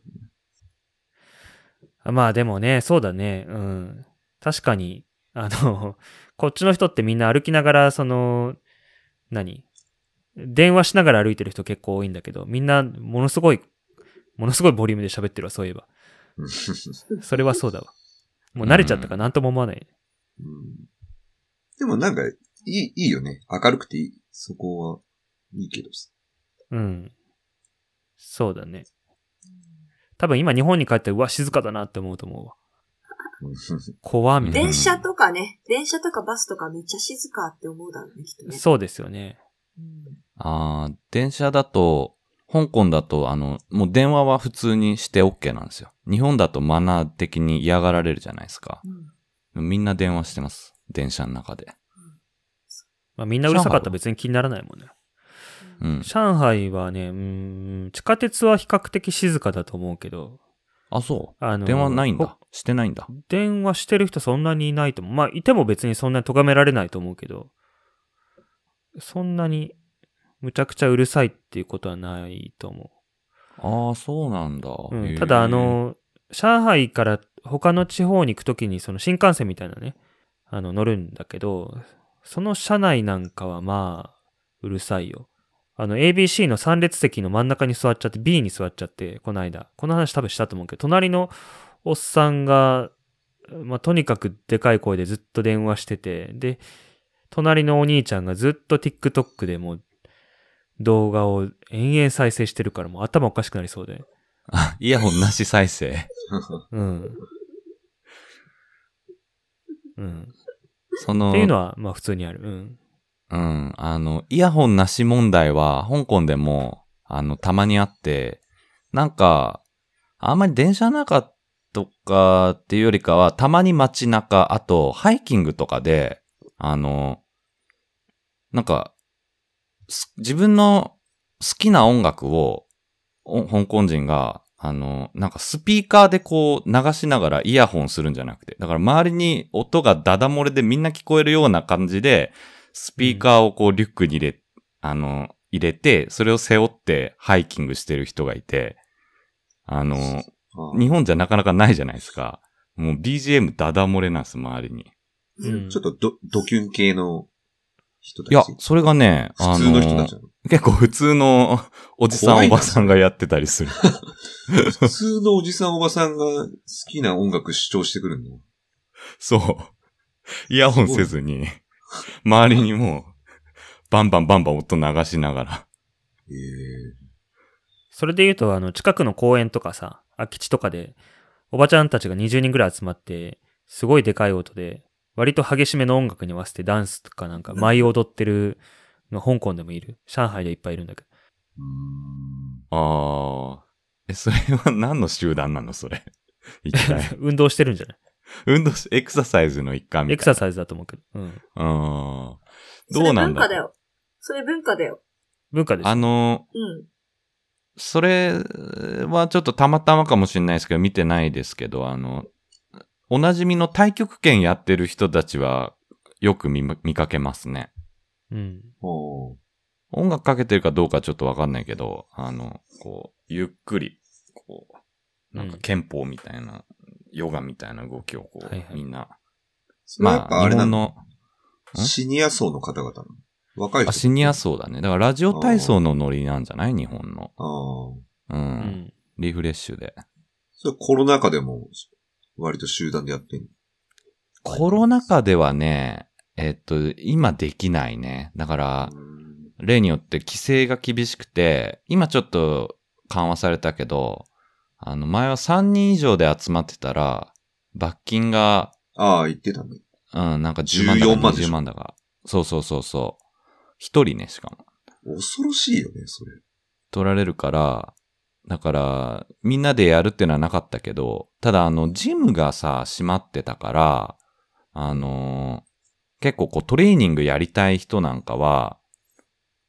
まあでもね、そうだね。確かに、こっちの人ってみんな歩きながら、電話しながら歩いてる人結構多いんだけど、みんなものすごいボリュームで喋ってるわ、そういえば。それはそうだわ。もう慣れちゃったからなんとも思わない。 でもなんか、いいよね。明るくていい。そこはいいけどさ。 そうだね。多分今日本に帰ってうわ、静かだなって思うと思うわ。怖みたいな。 電車とかバスとかめっちゃ静かって思うだろうね、きっとね。 そうですよね。 電車だと、香港だと、もう電話は普通にして OK なんですよ。日本だとマナー的に嫌がられるじゃないですか。みんな電話してます。電車の中で。 まあ、みんなうるさかったら別に気にならないもんね。上海はね、地下鉄は比較的静かだと思うけど。 あ、そう。電話ないんだ。してないんだ。 電話してる人そんなにいないと思う。まあ、いても別にそんなに咎められないと思うけど、そんなにむちゃくちゃうるさいっていうことはないと思う。ああ、そうなんだ。 ただ上海から他の地方に行くときにその新幹線みたいなね、乗るんだけど、その車内なんかはまあ、うるさいよ。ABC の3列席の真ん中に座っちゃって、B に座っちゃって、この間。この話多分したと思うけど、隣のおっさんが、まあ、とにかくでかい声でずっと電話してて、で、隣のお兄ちゃんがずっと TikTok でもう動画を延々再生してるからもう頭おかしくなりそうで。 イヤホンなし再生。 っていうのは、まあ普通にある。 イヤホンなし問題は、香港でも、たまにあって、なんか、あんまり電車の中とかっていうよりかは、たまに街中、あと、ハイキングとかで、なんか、自分の好きな音楽を、香港人が、なんかスピーカーでこう流しながらイヤホンするんじゃなくて、だから周りに音がダダ漏れでみんな聞こえるような感じで、スピーカーをこうリュックに入れて、それを背負ってハイキングしてる人がいて、日本じゃなかなかないじゃないですか。もう BGM ダダ漏れなんです、周りに。 ちょっとドキュン系の人たち。 いや、それがね、 普通の人たちなの。 結構普通のおじさんおばさんがやってたりする。 普通のおじさんおばさんが好きな音楽主張してくるの？ そう。イヤホンせずに、周りにもう、バンバン音流しながら。 それで言うと、近くの公園とかさ、空き地とかで、おばちゃんたちが20人ぐらい集まって、すごいでかい音で、割と激しめの音楽に合わせてダンスとかなんか舞い踊ってるの香港でもいる。上海でいっぱいいるんだけど。それは何の集団なのそれ。一体。 運動してるんじゃない？ エクササイズの一環みたいな。 エクササイズだと思うけど。 どうなんだ？ それ文化だよ。それ文化だよ。 文化です。 それはちょっとたまたまかもしれないですけど、見てないですけど、おなじみの太極拳やってる人たちはよく見かけますね。音楽かけてるかどうかちょっとわかんないけど、こう、ゆっくり、こう、なんか憲法みたいな、ヨガみたいな動きをこう、みんな。 まあ、日本のシニア層の方々の若い人。 シニア層だね。だからラジオ体操のノリなんじゃない？日本の。リフレッシュで。 それコロナ禍でも割と集団でやってんの？ コロナ禍ではね、今できないね。だから、例によって規制が厳しくて、今ちょっと緩和されたけど、前は3人以上で集まってたら、罰金が、 言ってたね。 なんか10万だか20万だか。そう。一人ね、しかも。 恐ろしいよね、それ。 取られるから、だから、みんなでやるってのはなかったけど、ただジムがさ、閉まってたから、結構こうトレーニングやりたい人なんかは、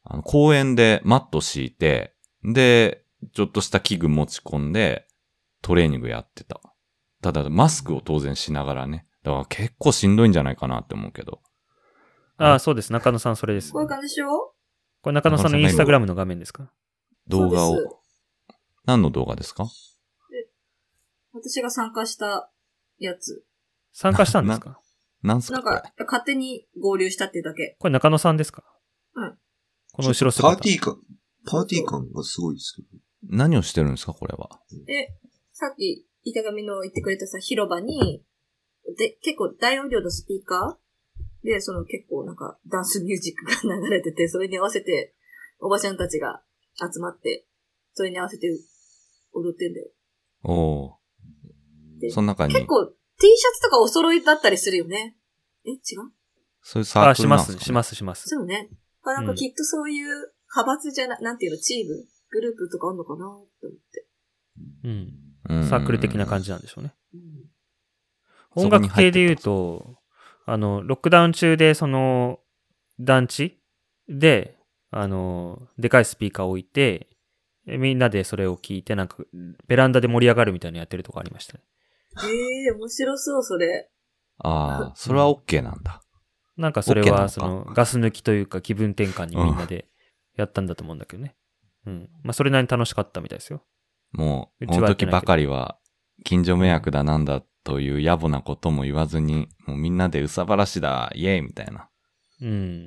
公園でマット敷いて、で、ちょっとした器具持ち込んで、トレーニングやってた。ただ、マスクを当然しながらね。だから結構しんどいんじゃないかなって思うけど。 ああ、そうです。中野さんそれです。 こういう感じでしょ？ これ中野さんのインスタグラムの画面ですか？ 動画そうですを。何の動画ですか？ 私が参加したやつ。 参加したんですか？ なんすかこれなんか、勝手に合流したっていうだけ。 これ中野さんですか？ うん。 この後ろ姿。 パーティー感がすごいですけど。 何をしてるんですかこれは。 さっき、板上の言ってくれたさ、広場に、で、結構大音量のスピーカーで、その結構なんかダンスミュージックが流れてて、それに合わせて、おばちゃんたちが集まって、それに合わせて踊ってんだよ。 おでー。その中に。 結構 T シャツとかお揃いだったりするよね。違う？ そういうサーあ、しまクルなんですか、ね、 す、します、します。 そうね。なんかきっとそういう派閥じゃなんていうの、チーム、グループとかあんのかなって思って。 うん。サークル的な感じなんでしょうね。 うん、 音楽系で言うと、ロックダウン中で、団地で、でかいスピーカーを置いて、みんなでそれを聞いて、なんか、ベランダで盛り上がるみたいなのやってるとこありましたね。 面白そう、それ。 ああ、それは OK なんだ。 なんかそれは、 OK なのかガス抜きというか気分転換にみんなでやったんだと思うんだけどね。うん。まあ、それなりに楽しかったみたいですよ。 もう、 うちはやってないけどこの時ばかりは、近所迷惑だなんだという野暮なことも言わずに、もうみんなでうさばらしだ、イエーイみたいな。 うん。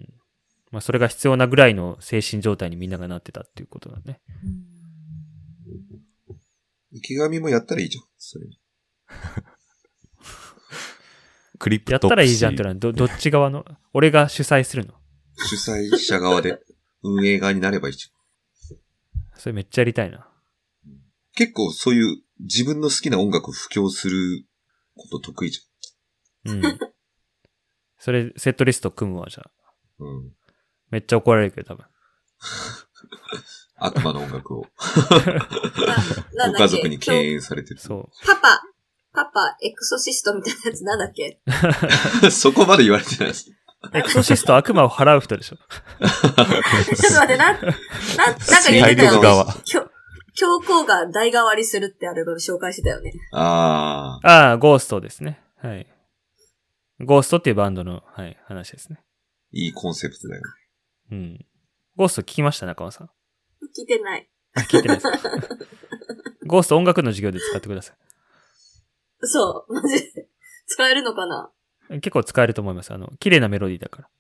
まあ、それが必要なぐらいの精神状態にみんながなってたっていうことだね。 池上もやったらいいじゃん、それ。 クリプやっトプシー。 たらいいじゃんってのはどっち側の俺が主催するの？ 主催者側で運営側になればいいじそれめっちゃやりたいな。 ゃん。結構そういう自分の好きな音楽を布教すること得意じうん。それ、セットリスト組むわ、じゃあ。 ゃん。うん。 めっちゃ怒られるけど、多分。 悪魔の音楽をなんだっけご家族に敬遠されてる。 そう。 パパ、エクソシストみたいなやつなんだっけ？ そこまで言われてないです。 エクソシスト悪魔を払う人でしょ。 ちょっと待って、なんか言ってたよ。教皇が代替わりするってあれを紹介してたよね。 ああ。 ああ、ゴーストですね。はい。ゴーストっていうバンドの、はい、話ですね。 いいコンセプトだよね。 うん。ゴースト聞きました、中尾さん。 聞いてない。 聞いてないです。ゴースト音楽の授業で使ってくださそう、マジで。使えるのかな？ 結構使えると思います。綺麗なメロディーだから。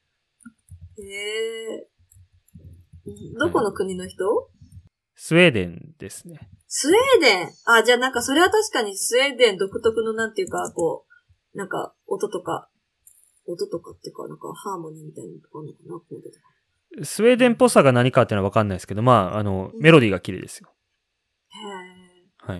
どこの国の人？ スウェーデンですね。 スウェーデン。あ、じゃあなんかそれは確かにスウェーデン独特のなんていうか、こう、なんか音とかっていうか、なんかハーモニーみたいなのとかあるのかな、コードとか。 スウェーデンっぽさが何かっていうのは分かんないですけど、まあ、メロディーが綺麗ですよ。はい。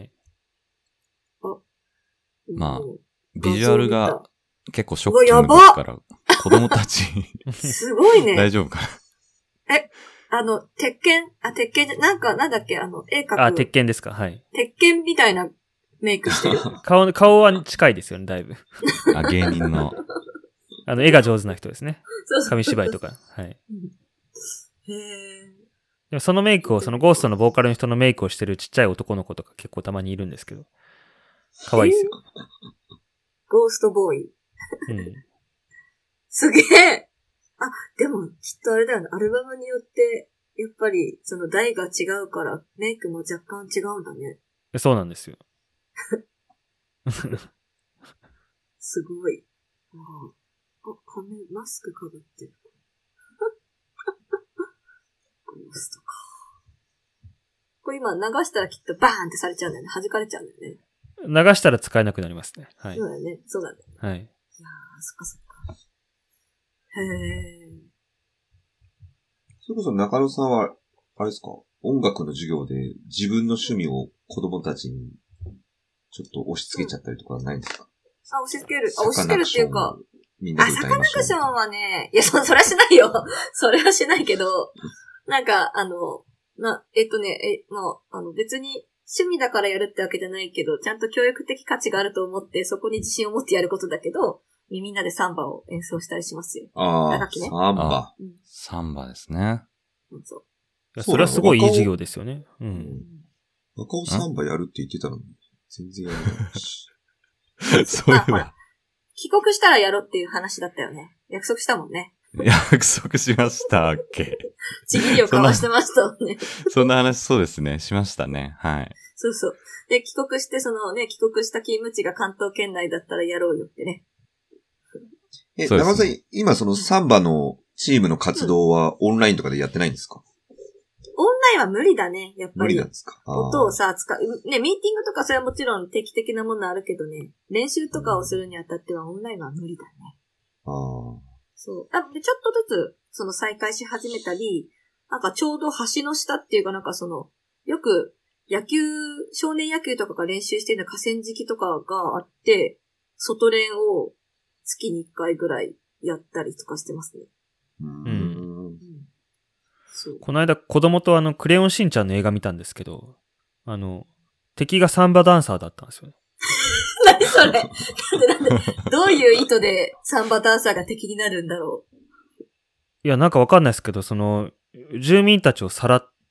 まあ、ビジュアルが結構ショッキングですから、子供たちすごいね。 大丈夫かな？ 鉄拳じゃ、なんだっけ、絵描く。 あ、鉄拳ですか、はい。 鉄拳みたいなメイクしてる。 顔は近いですよね、だいぶ。 芸人の。 絵が上手な人ですね。 そう紙芝居とか。はい。 へー。 でもそのメイクを、そのゴーストのボーカルの人のメイクをしてるちっちゃい男の子とか結構たまにいるんですけど。可愛いですよ。 ゴーストボーイ。 うん。 すげえ。でも、きっとあれだよね。アルバムによって、やっぱり、その台が違うから、メイクも若干違うんだね。 そうなんですよ。 すごい。マスクかぶってる。ゴーストか。これ今流したらきっとバーンってされちゃうんだよね。弾かれちゃうんだよね。 流したら使えなくなりますね。はい。 そうだよね。そうだね。 はい。 いやー、そっかそっか。へー。 それこそ中野さんは、あれですか、音楽の授業で自分の趣味を子供たちにちょっと押し付けちゃったりとかないんですか？ 押し付ける。押し付けるっていうか。 みんなで歌いましょう。 サカナクションはね、いや、それはしないよ。それはしないけど、なんか、別に趣味だからやるってわけじゃないけど、ちゃんと教育的価値があると思って、そこに自信を持ってやることだけど、みんなでサンバを演奏したりしますよ。 ああ、 ね、 サンバ。 サンバですね。 そう。 いやそれはすごいいい授業ですよね。うん。 若尾サンバやるって言ってたのに、全然やらないし。 そういうほら、帰国したらやろうっていう話だったよね。約束したもんね。 約束しましたっけ？ ちぎりを交わしてましたもんね。 そんな話そうですね。しましたね。はい。 そうそう。で、帰国して、帰国した勤務地が関東圏内だったらやろうよってね。 そうですね長尾さん、今そのサンバのチームの活動はオンラインとかでやってないんですか？ オンラインは無理だね、やっぱり。 無理なんですか？ 音をさ、使う。ね、ミーティングとかそれはもちろん定期的なものあるけどね、練習とかをするにあたってはオンラインは無理だね。 ああ。 そう。で、ちょっとずつ、再開し始めたり、なんかちょうど橋の下っていうかなんかよく少年野球とかが練習している河川敷とかがあって、外練を月に1回ぐらいやったりとかしてますね。 そうこの間子供とクレヨンしんちゃんの映画見たんですけど、敵がサンバダンサーだったんですよね。 何それなんでどういう意図でサンバダンサーが敵になるんだろう。 いや、なんかわかんないですけど、住民たちをさらって、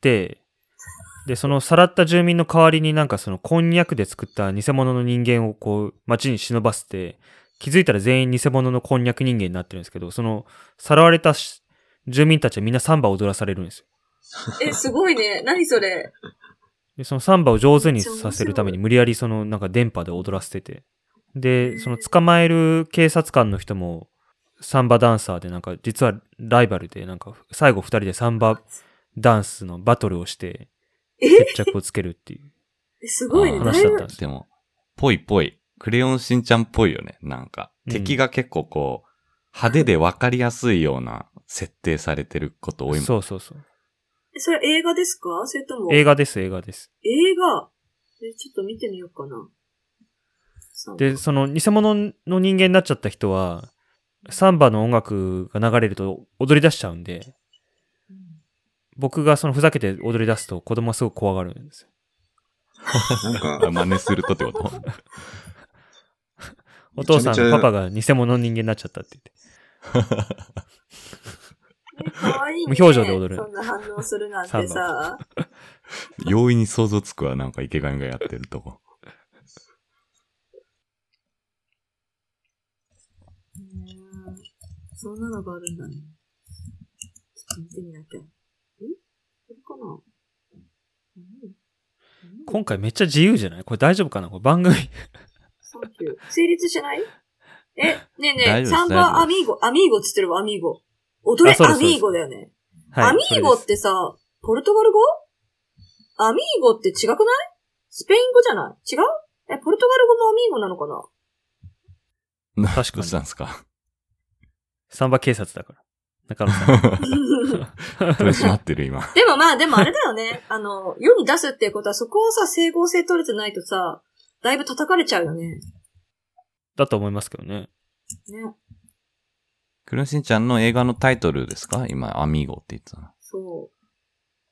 で、さらった住民の代わりになんかこんにゃくで作った偽物の人間をこう、街に忍ばせて、気づいたら全員偽物のこんにゃく人間になってるんですけど、さらわれた住民たちはみんなサンバを踊らされるんですよ。 すごいね。何それ。 で、サンバを上手にさせるために無理やりなんか電波で踊らせてて。で、捕まえる警察官の人もサンバダンサーでなんか実はライバルでなんか最後2人でサンバダンスのバトルをして決着をつけるっていう。 すごいね。 話だったんです。 でも、ぽい。クレヨンしんちゃんっぽいよね。なんか、敵が結構こう、派手で分かりやすいような設定されてること多いもん。 そう。それ映画ですか？それとも。 映画です。 映画？ちょっと見てみようかな。 で、偽物の人間になっちゃった人は、サンバの音楽が流れると踊り出しちゃうんで、僕がふざけて踊り出すと子供はすごく怖がるんですよ。 なんか、 真似するとってことお父さんのパパが偽物の人間になっちゃったって言って。 かわいいね。 無表情で踊る。 そんな反応するなんてさ。 容易に想像つくわ、なんか池上がやってるとこ。 そんなのがあるんだね。ちょっと見てみなきゃ。これかな？ 今回めっちゃ自由じゃない？これ大丈夫かな？これ番組。 サンキュー。成立しない？ねえ、 大丈夫です。 サンバアミーゴっつってるわ、アミーゴ。踊れアミーゴだよね。はい、アミーゴってさ、ポルトガル語？アミーゴって違くない？スペイン語じゃない？違う？ポルトガル語のアミーゴなのかな？ 確かに。 どうしたんですか？ サンバ警察だから。中野さん。 取り締まってる今。 でもあれだよね。世に出すっていうことはそこはさ、整合性取れてないとさ、だいぶ叩かれちゃうよね。 だと思いますけどね。 ね。 クレヨンしんちゃんの映画のタイトルですか？今、アミーゴって言ってたの。 そう。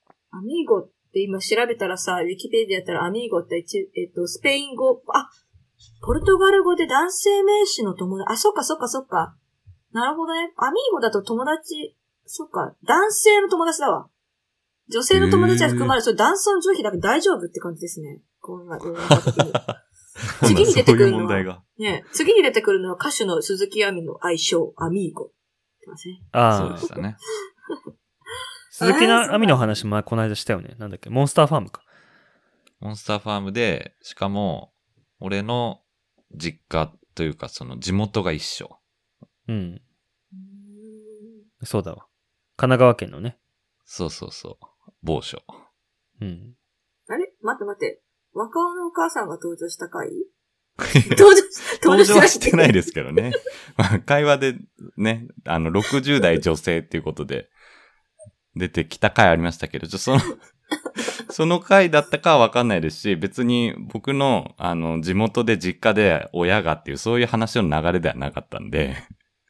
アミーゴって今調べたらさ、ウィキペディアやったらアミーゴってスペイン語、ポルトガル語で男性名詞の友達、そっか。なるほどね。アミーゴだと友達、そっか、男性の友達だわ。女性の友達は含まれる、それ男尊女卑だけど大丈夫って感じですね。こんな時に。次に出てくるのは、次に出てくるのは歌手の鈴木亜美の愛称、アミーゴ。 そうでしたね。 鈴木亜美の話もこの間したよね。なんだっけ、モンスターファームか。 モンスターファームで、しかも、俺の実家というか、地元が一緒。 うん。そうだわ。神奈川県のね。 そう。某所。 うん。 あれ待って。若尾のお母さんが登場した回？ 登場はしてないですけどね。会話でね、60代女性っていうことで出てきた回ありましたけど、その回だったかはわかんないですし、別に僕の、地元で実家で親がっていうそういう話の流れではなかったんで。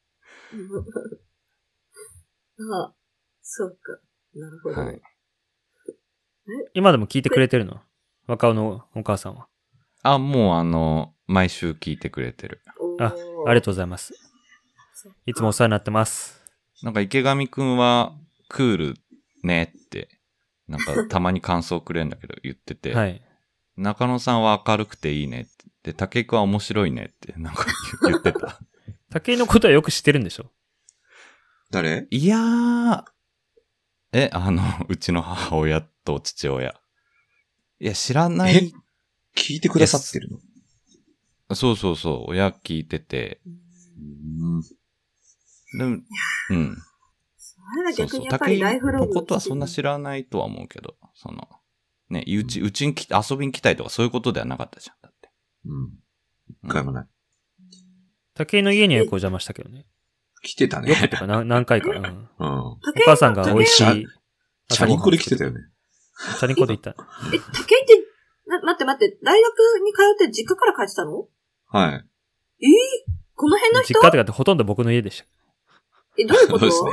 ああ、そうか。なるほど。はい、 今でも聞いてくれてるの？若尾のお母さんは。 もう毎週聞いてくれてる。 ありがとうございます。いつもお世話になってます。 なんか池上くんはクールねって、なんかたまに感想くれるんだけど言ってて、 はい。 中野さんは明るくていいねって、で、武井くんは面白いねってなんか言ってた。 武井のことはよく知ってるんでしょ？ 誰？ いやー、うちの母親と父親。いや、知らない。 聞いてくださってるの？ そうそうそう、親聞いてて。でも、うん。 あれは逆にやっぱりライフログのことはそんな知らないとは思うけど、ね、うちに遊びに来たいとかそういうことではなかったじゃん、だって。 うん。一回もない。 武井の家にはよくお邪魔したけどね。 来てたね。 よくってか何回か。うん。 お母さんが美味しい。 チャリンコで来てたよね。 チャリンコで行った。 武井って、待って、大学に通って実家から帰ってたの？ はい。 この辺の人？ 実家とかってほとんど僕の家でした。 どういうこと？ そう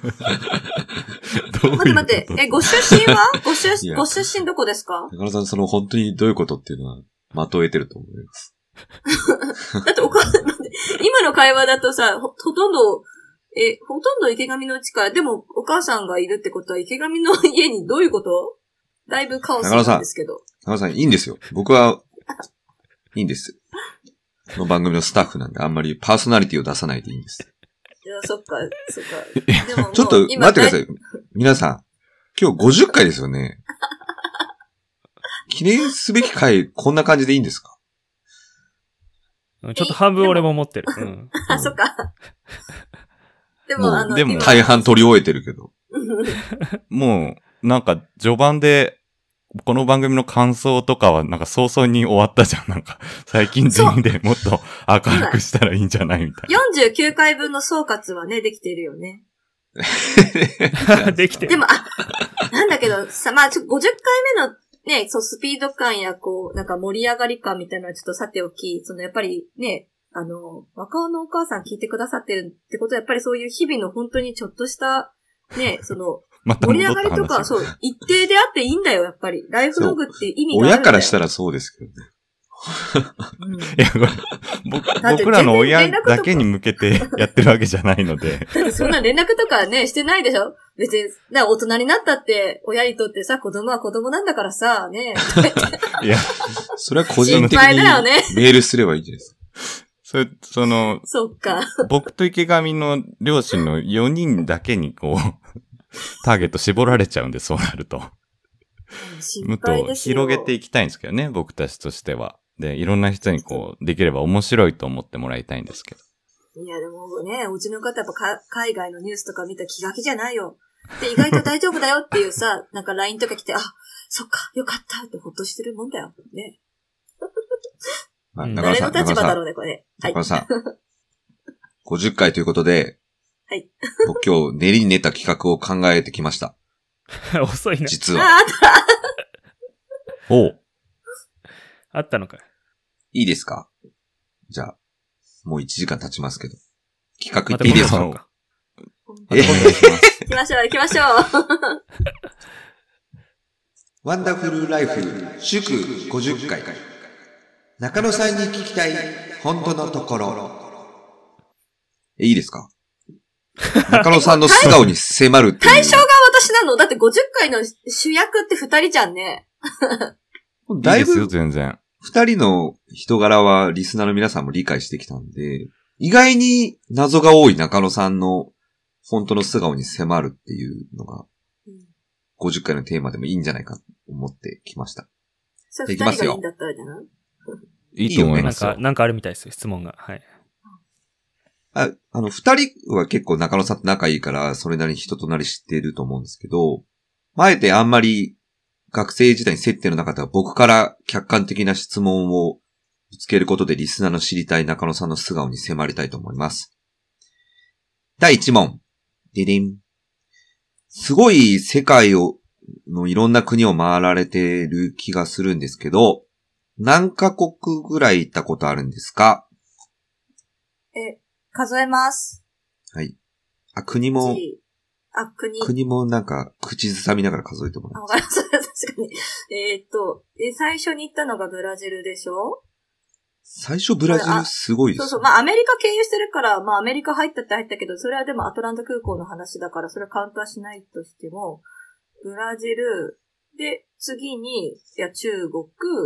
ですね。 待って。ご出身はご出身どこですか？ 中野さん、本当にどういうことっていうのは、まとえてると思います。 だって今の会話だとさ、ほとんど池上のうちから、でもお母さんがいるってことは池上の家にどういうこと？だいぶカオスなんですけど。 中野さん、いいんですよ。僕は、いいんです。この番組のスタッフなんで、あんまりパーソナリティを出さないでいいんです。 いや、そっか。 でもちょっと待ってください。皆さん、今日50回ですよね。記念すべき回、こんな感じでいいんですか？ ちょっと半分俺も持ってる。うん。 あ、そっか。でもでも大半取り終えてるけど。 もう、なんか序盤で、この番組の感想とかはなんか早々に終わったじゃん。なんか、最近地味でもっと明るくしたらいいんじゃないみたいな。 49回分の総括はね、できているよね。 できてる。 でも、なんだけど、さ、まあ、50回目のね、そう、スピード感や、なんか盛り上がり感みたいなのはちょっとさておき、やっぱりね、若尾のお母さん聞いてくださってるってことは、やっぱりそういう日々の本当にちょっとした、ね、盛り上がりとか、そう、一定であっていいんだよ、やっぱり。ライフログって意味があるんだよ。 親からしたらそうですけどね。 いや、これ僕らの親だけに向けてやってるわけじゃないので。 だってそんな連絡とかね、してないでしょ？別に、大人になったって、親にとってさ、子供は子供なんだからさ、ね。 いや、 それは個人的にメールすればいいんじゃないですか。 そっか。 僕と池上の両親の4人だけにターゲット絞られちゃうんで、そうなると。もっと広げていきたいんですけどね、僕たちとしては。で、いろんな人にできれば面白いと思ってもらいたいんですけど。 いや、でもね、うちの方やっぱ海外のニュースとか見たら気が気じゃないよ。で、意外と大丈夫だよっていうさ、なんか LINE とか来て、あ、そっか、よかったってほっとしてるもんだよ。ね。誰の立場だろうね、これ。はい。 中野さん。50回ということで、 はい。 僕今日練りに練った企画を考えてきました。 遅いね。 実は。 おう。 あったのか。 いいですか？じゃあ、もう1時間経ちますけど。企画言っていいですか？ 行きましょう。 ワンダフルライフ祝50回。中野さんに聞きたい本当のところ。いいですか？中野さんの素顔に迫るっていう。 対象が私なの？だって50回の主役って2人じゃんね。 だいぶいいですよ、全然。 2人の人柄はリスナーの皆さんも理解してきたんで、意外に謎が多い中野さんの本当の素顔に迫るっていうのが、50回のテーマでもいいんじゃないかと思ってきました。 それ2人がいいんだったらじゃない？ いいと思いますよ。 なんかあるみたいですよ、質問が。はい。 2人は結構中野さんと仲いいから、それなりに人となり知っていると思うんですけど、あえてあんまり学生時代に接点のなかった僕から客観的な質問をぶつけることでリスナーの知りたい中野さんの素顔に迫りたいと思います。第1問。ででん。すごい世界のいろんな国を回られてる気がするんですけど、何カ国ぐらい行ったことあるんですか？ 数えます。 はい。国も、国もなんか、口ずさみながら数えてもらいます。 わかりました。確かに。最初に行ったのがブラジルでしょ？ 最初ブラジルすごいです。 そう。アメリカ経由してるから、アメリカ入ったけど、それはでもアトランタ空港の話だから、それはカウントはしないとしても、 ブラジル、で、次に、中国、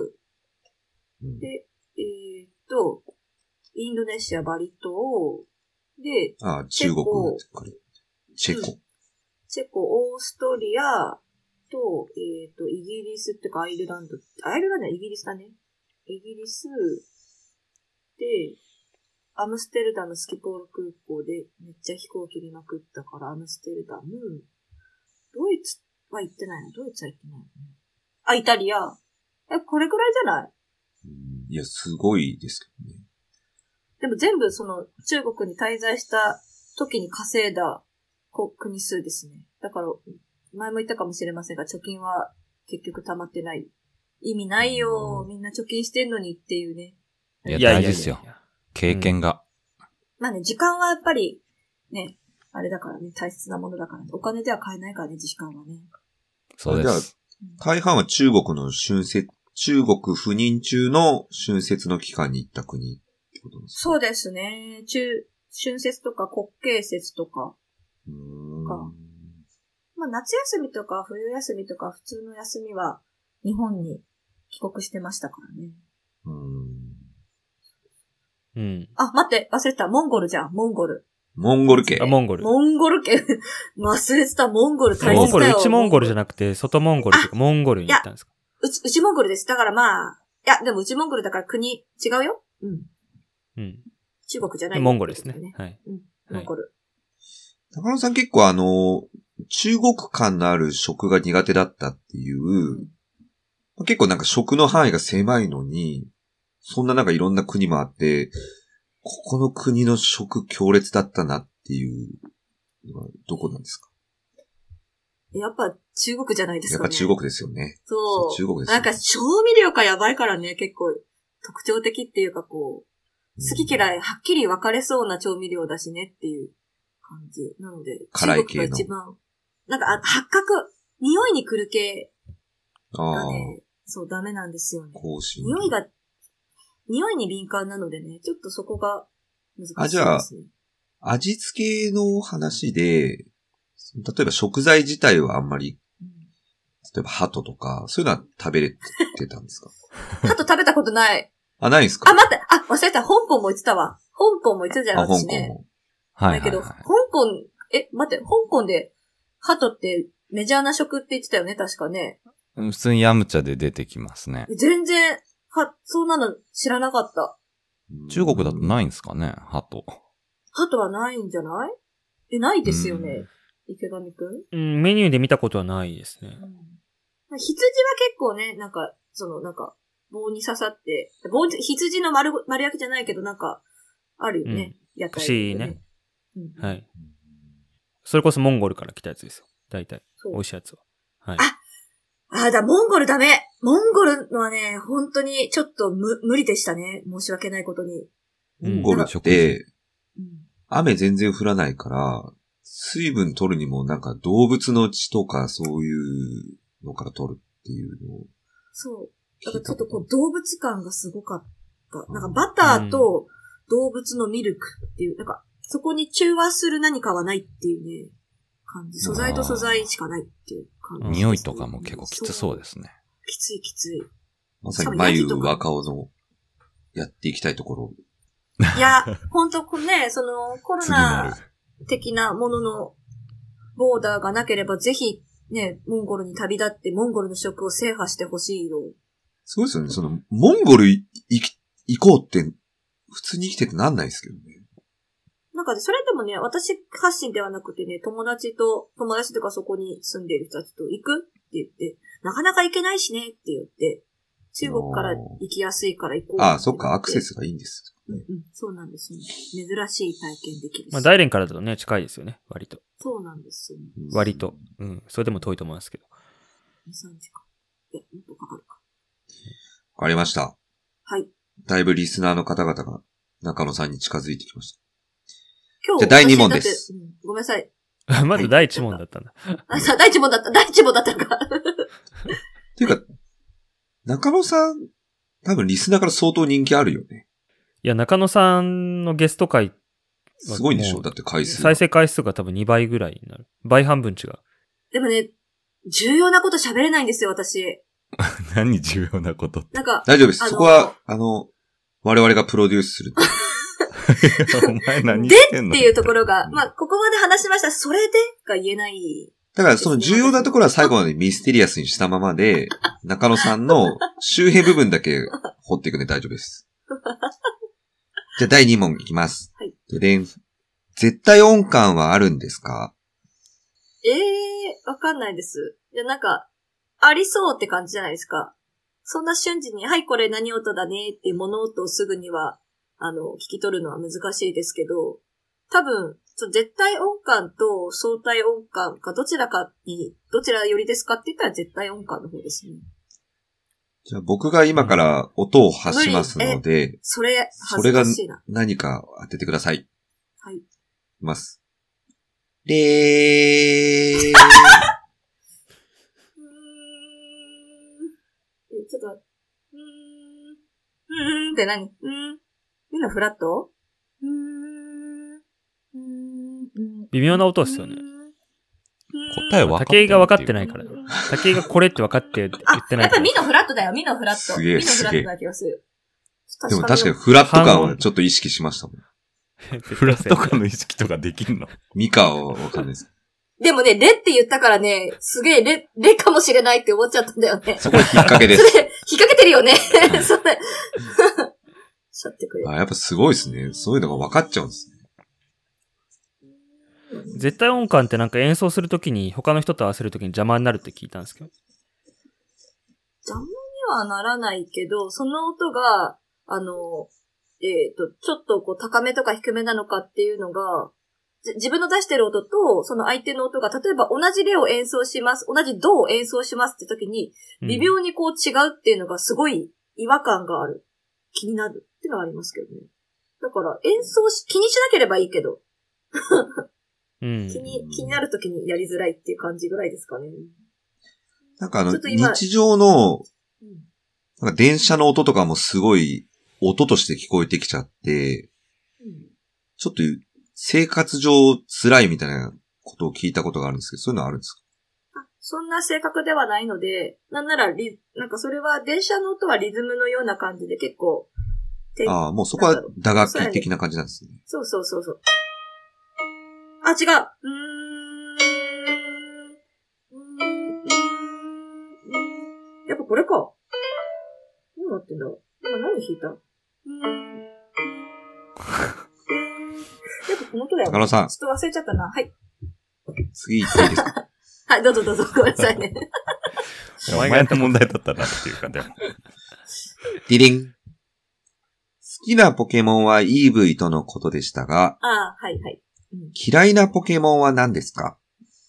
で、インドネシア、バリ島、で、 中国、チェコ。 チェコ、オーストリアと、イギリスってかアイルランドはイギリスだね。イギリス、で、アムステルダムスキポール空港でめっちゃ飛行機見まくったからアムステルダム、ドイツは行ってないの？ドイツは行ってないのね。イタリア。これくらいじゃない？ いや、すごいですけどね。 でも全部その中国に滞在した時に稼いだ国数ですね。だから、前も言ったかもしれませんが、貯金は結局溜まってない。意味ないよ。みんな貯金してんのにっていうね。 いや、大事ですよ。経験が。 まあね、時間はやっぱり、ね、あれだからね、大切なものだからね。お金では買えないからね、時間はね。 そうです。 大半は中国の中国赴任中の春節の期間に行った国ってことですか？ そうですね。春節とか国慶節とか。まあ夏休みとか冬休みとか普通の休みは日本に帰国してましたからね。待って、忘れてた。モンゴルじゃん、モンゴル。 モンゴル系。 モンゴル。 モンゴル系。忘れてた、モンゴル大切だよ。 モンゴル、内モンゴルじゃなくて、外モンゴルというか、モンゴルに行ったんですか？ 内モンゴルです。だからまあ、でも内モンゴルだから国違うよ。中国じゃない、 モンゴルですね。はい。 モンゴル。 中野さん結構中国感のある食が苦手だったっていう、結構なんか食の範囲が狭いのに、そんななんかいろんな国もあって、ここの国の食強烈だったなっていうのはどこなんですか？ やっぱ中国じゃないですかね。 やっぱ中国ですよね。 そう。 中国です、 なんか調味料がやばいからね、結構特徴的っていうか好き嫌いはっきり分かれそうな調味料だしねっていう感じ。なので、 辛い系の中国が一番、なんか八角、匂いに来る系がね、そうダメなんですよね。匂いに敏感なのでね、ちょっとそこが難しいですね。 じゃあ、味付けの話で、例えば食材自体はあんまり、例えば鳩とか、そういうのは食べれてたんですか？ 鳩食べたことない。 ないんですか？ 待って、忘れた。香港も言ってたわ。香港も言ってたじゃん、私ね。 香港も。 はい。 だけど、香港、待って、香港で鳩ってメジャーな食って言ってたよね、確かね。 普通にヤムチャで出てきますね。 全然、そんなの知らなかった。 中国だとないんですかね、鳩。 鳩はないんじゃない？ないですよね。池上くん？ メニューで見たことはないですね。 羊は結構ね、なんか、棒に刺さって、羊の丸焼きじゃないけど、なんか、あるよね。屋台、 串ね。はい。それこそモンゴルから来たやつですよ。大体。美味しいやつは。はい。 モンゴルダメ。モンゴルのはね、本当にちょっと無理でしたね。申し訳ないことに。 モンゴルって、雨全然降らないから、水分取るにもなんか動物の血とかそういうのから取るっていうのを。 そう。だからちょっと動物感がすごかった。なんかバターと動物のミルクっていう、なんかそこに中和する何かはないっていうね、感じ。素材と素材しかないっていう感じ、ね。 匂いとかも結構きつそうですね。 きついきつい。 まさに眉若尾のやっていきたいところ。 いや、ほんとね、そのコロナ的なもののボーダーがなければぜひね、モンゴルに旅立ってモンゴルの食を制覇してほしいよ。 そうですよね。モンゴル行こうって普通に生きててなんないですけどね。 なんかね、それでもね、私発信ではなくてね、友達とかそこに住んでいる人たちと行くって言って、なかなか行けないしねって言って、中国から行きやすいから行こう。 そっか、アクセスがいいんです。 そうなんですよ、ね。珍しい体験できるし。 大連からだとね、近いですよね、割と。 そうなんですよ、ね。 割と。それでも遠いと思いますけど。 2、3時間。いや、もっとかかるか。 わかりました。 はい。 だいぶリスナーの方々が中野さんに近づいてきました。 今日じゃあ第2問です。 ごめんなさい。 まず第1問だったんだ。 第1問だった。第1問だったか。 っていうか、中野さん、多分リスナーから相当人気あるよね。 いや、中野さんのゲスト回、 すごいんでしょ？だって回数。 再生回数が多分2倍ぐらいになる。倍半分違う。 でもね、 重要なこと喋れないんですよ、私。 何重要なことって。 なんか、 大丈夫です。そこは、我々がプロデュースする。 お前何でしてんのっていうところが、まあ、ここまで話しました。それでが言えない。 だからその重要なところは最後までミステリアスにしたままで、中野さんの周辺部分だけ掘っていくんで大丈夫です。じゃあ第2問いきます。 はい。 ででん。絶対音感はあるんですか？ わかんないです。いや、なんか、ありそうって感じじゃないですか。そんな瞬時に、はい、これ何音だねっていう物音をすぐには、聞き取るのは難しいですけど、多分、絶対音感と相対音感かどちらよりですかって言ったら絶対音感の方ですね。 じゃあ僕が今から音を発しますので、 それが何か当ててください。 はい。いきます。れー。 ちょっと、って何？みんなフラット？ 微妙な音ですよね。 答え分かって武井が分かってないから。武井がこれって分かって言ってないから。 やっぱりミノフラットだよ、ミノフラット。 すげえミノフラットな気がする。 でも確かにフラット感はちょっと意識しましたもん。 フラット感の意識とかできんの？ ミカはわかんないです。 でもね、レって言ったからね、すげえレかもしれないって思っちゃったんだよね。 そこ引っ掛けです。 それ、引っ掛けてるよね。それ。しゃってくれ。 やっぱすごいですね。そういうのが分かっちゃうんですね。 絶対音感ってなんか演奏するときに他の人と合わせるときに邪魔になるって聞いたんですけど。 邪魔にはならないけど、その音が、ちょっとこう高めとか低めなのかっていうのが、自分の出してる音と、その相手の音が、例えば同じレを演奏します、同じドを演奏しますって時に、微妙にこう違うっていうのがすごい違和感がある。気になるっていうのはありますけどね。だから気にしなければいいけど。気になるときにやりづらいっていう感じぐらいですかね。 なんか日常の、なんか電車の音とかもすごい音として聞こえてきちゃって、ちょっと生活上辛いみたいなことを聞いたことがあるんですけど、そういうのはあるんですか？ そんな性格ではないので、なんならなんかそれは電車の音はリズムのような感じで結構、 もうそこは打楽器的な感じなんですね。 そう。あ、違う。やっぱこれか。どうなってんだ？今何弾いた？やっぱこの音だよ。 高野さん。 ちょっと忘れちゃったな。はい。 次行っていいですか？ はい、どうぞ。ごめんなさいね。 お前の問題だったなっていうか、でも。 ディリン。好きなポケモンはイーブイとのことでしたが、 はい。 嫌いなポケモンは何ですか？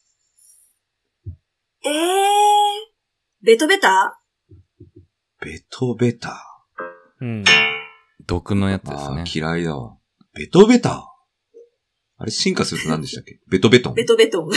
ベトベタ？ ベトベタ。 毒のやつですね。 嫌いだわ。ベトベタ。あれ進化すると何でしたっけ？ベトベトン。 ベトベトン。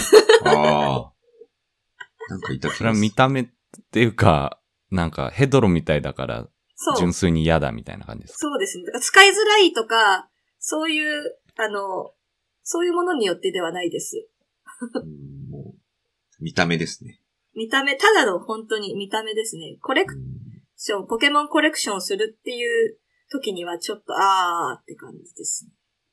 なんかいた気がする。 それは見た目っていうか、なんかヘドロみたいだから、純粋に嫌だみたいな感じですか？ そうですね。だから使いづらいとか、そういう、そういうものによってではないです。 もう見た目ですね。 見た目、ただの本当に見た目ですね。ポケモンコレクションするっていう時にはちょっと、って感じですね。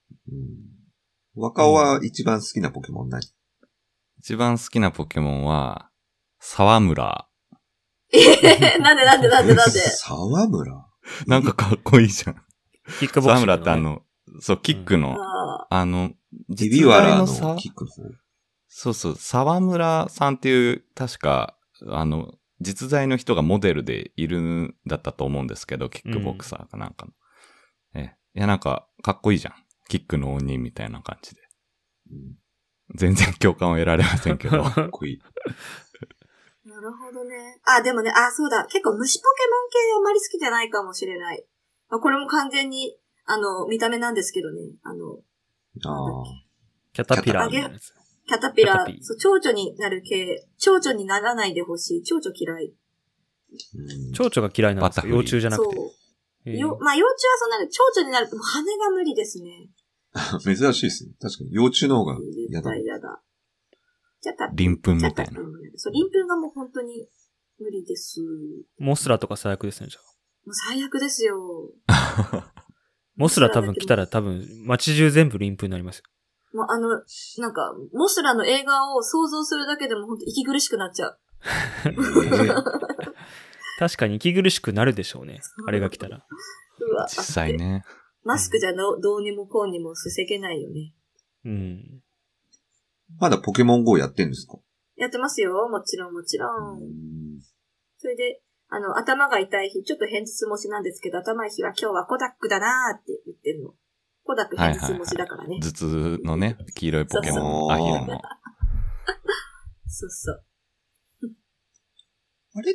若尾は一番好きなポケモン何？ 一番好きなポケモンは、沢村。 なんで沢村？ なんかかっこいいじゃん。 キックボクシング、 沢村ってキックの、 ビビワラのキックの方。 そう、沢村さんっていう、確か、実在の人がモデルでいるんだったと思うんですけど、キックボクサーかなんかの。いや、なんか、かっこいいじゃん。キックの鬼みたいな感じで。全然共感を得られませんけど。 かっこいい。 なるほどね。でもね、そうだ。結構虫ポケモン系あんまり好きじゃないかもしれない。これも完全に、見た目なんですけどね。 キャタピラーみたいなやつ。 キャタピラー。そう、蝶々になる系。蝶々にならないでほしい。蝶々嫌い。 蝶々が嫌いなんですか？幼虫じゃなくて。 そう。幼虫はそんなに、蝶々になるともう羽が無理ですね。 珍しいですね。確かに幼虫の方が嫌だ。 じゃあ鱗粉みたいな。 そう、鱗粉がもう本当に無理です。 モスラとか最悪ですね、じゃあ。 もう最悪ですよ。 モスラ多分来たら多分街中全部鱗粉になりますよ。 もうなんか、モスラの映画を想像するだけでも本当息苦しくなっちゃう。 確かに息苦しくなるでしょうね。あれが来たら。 うわ。 実際ね。 マスクじゃどうにもこうにも防げないよね。 うん。 まだポケモン GO やってんですか？ やってますよ。もちろんもちろん。それで、頭が痛い日、ちょっと偏頭痛持ちなんですけど、頭いい日は今日はコダックだなーって言ってるの。コダック偏頭痛持ちだからね。 頭痛のね、黄色いポケモン、アヒルの。 そうそう。 あれって、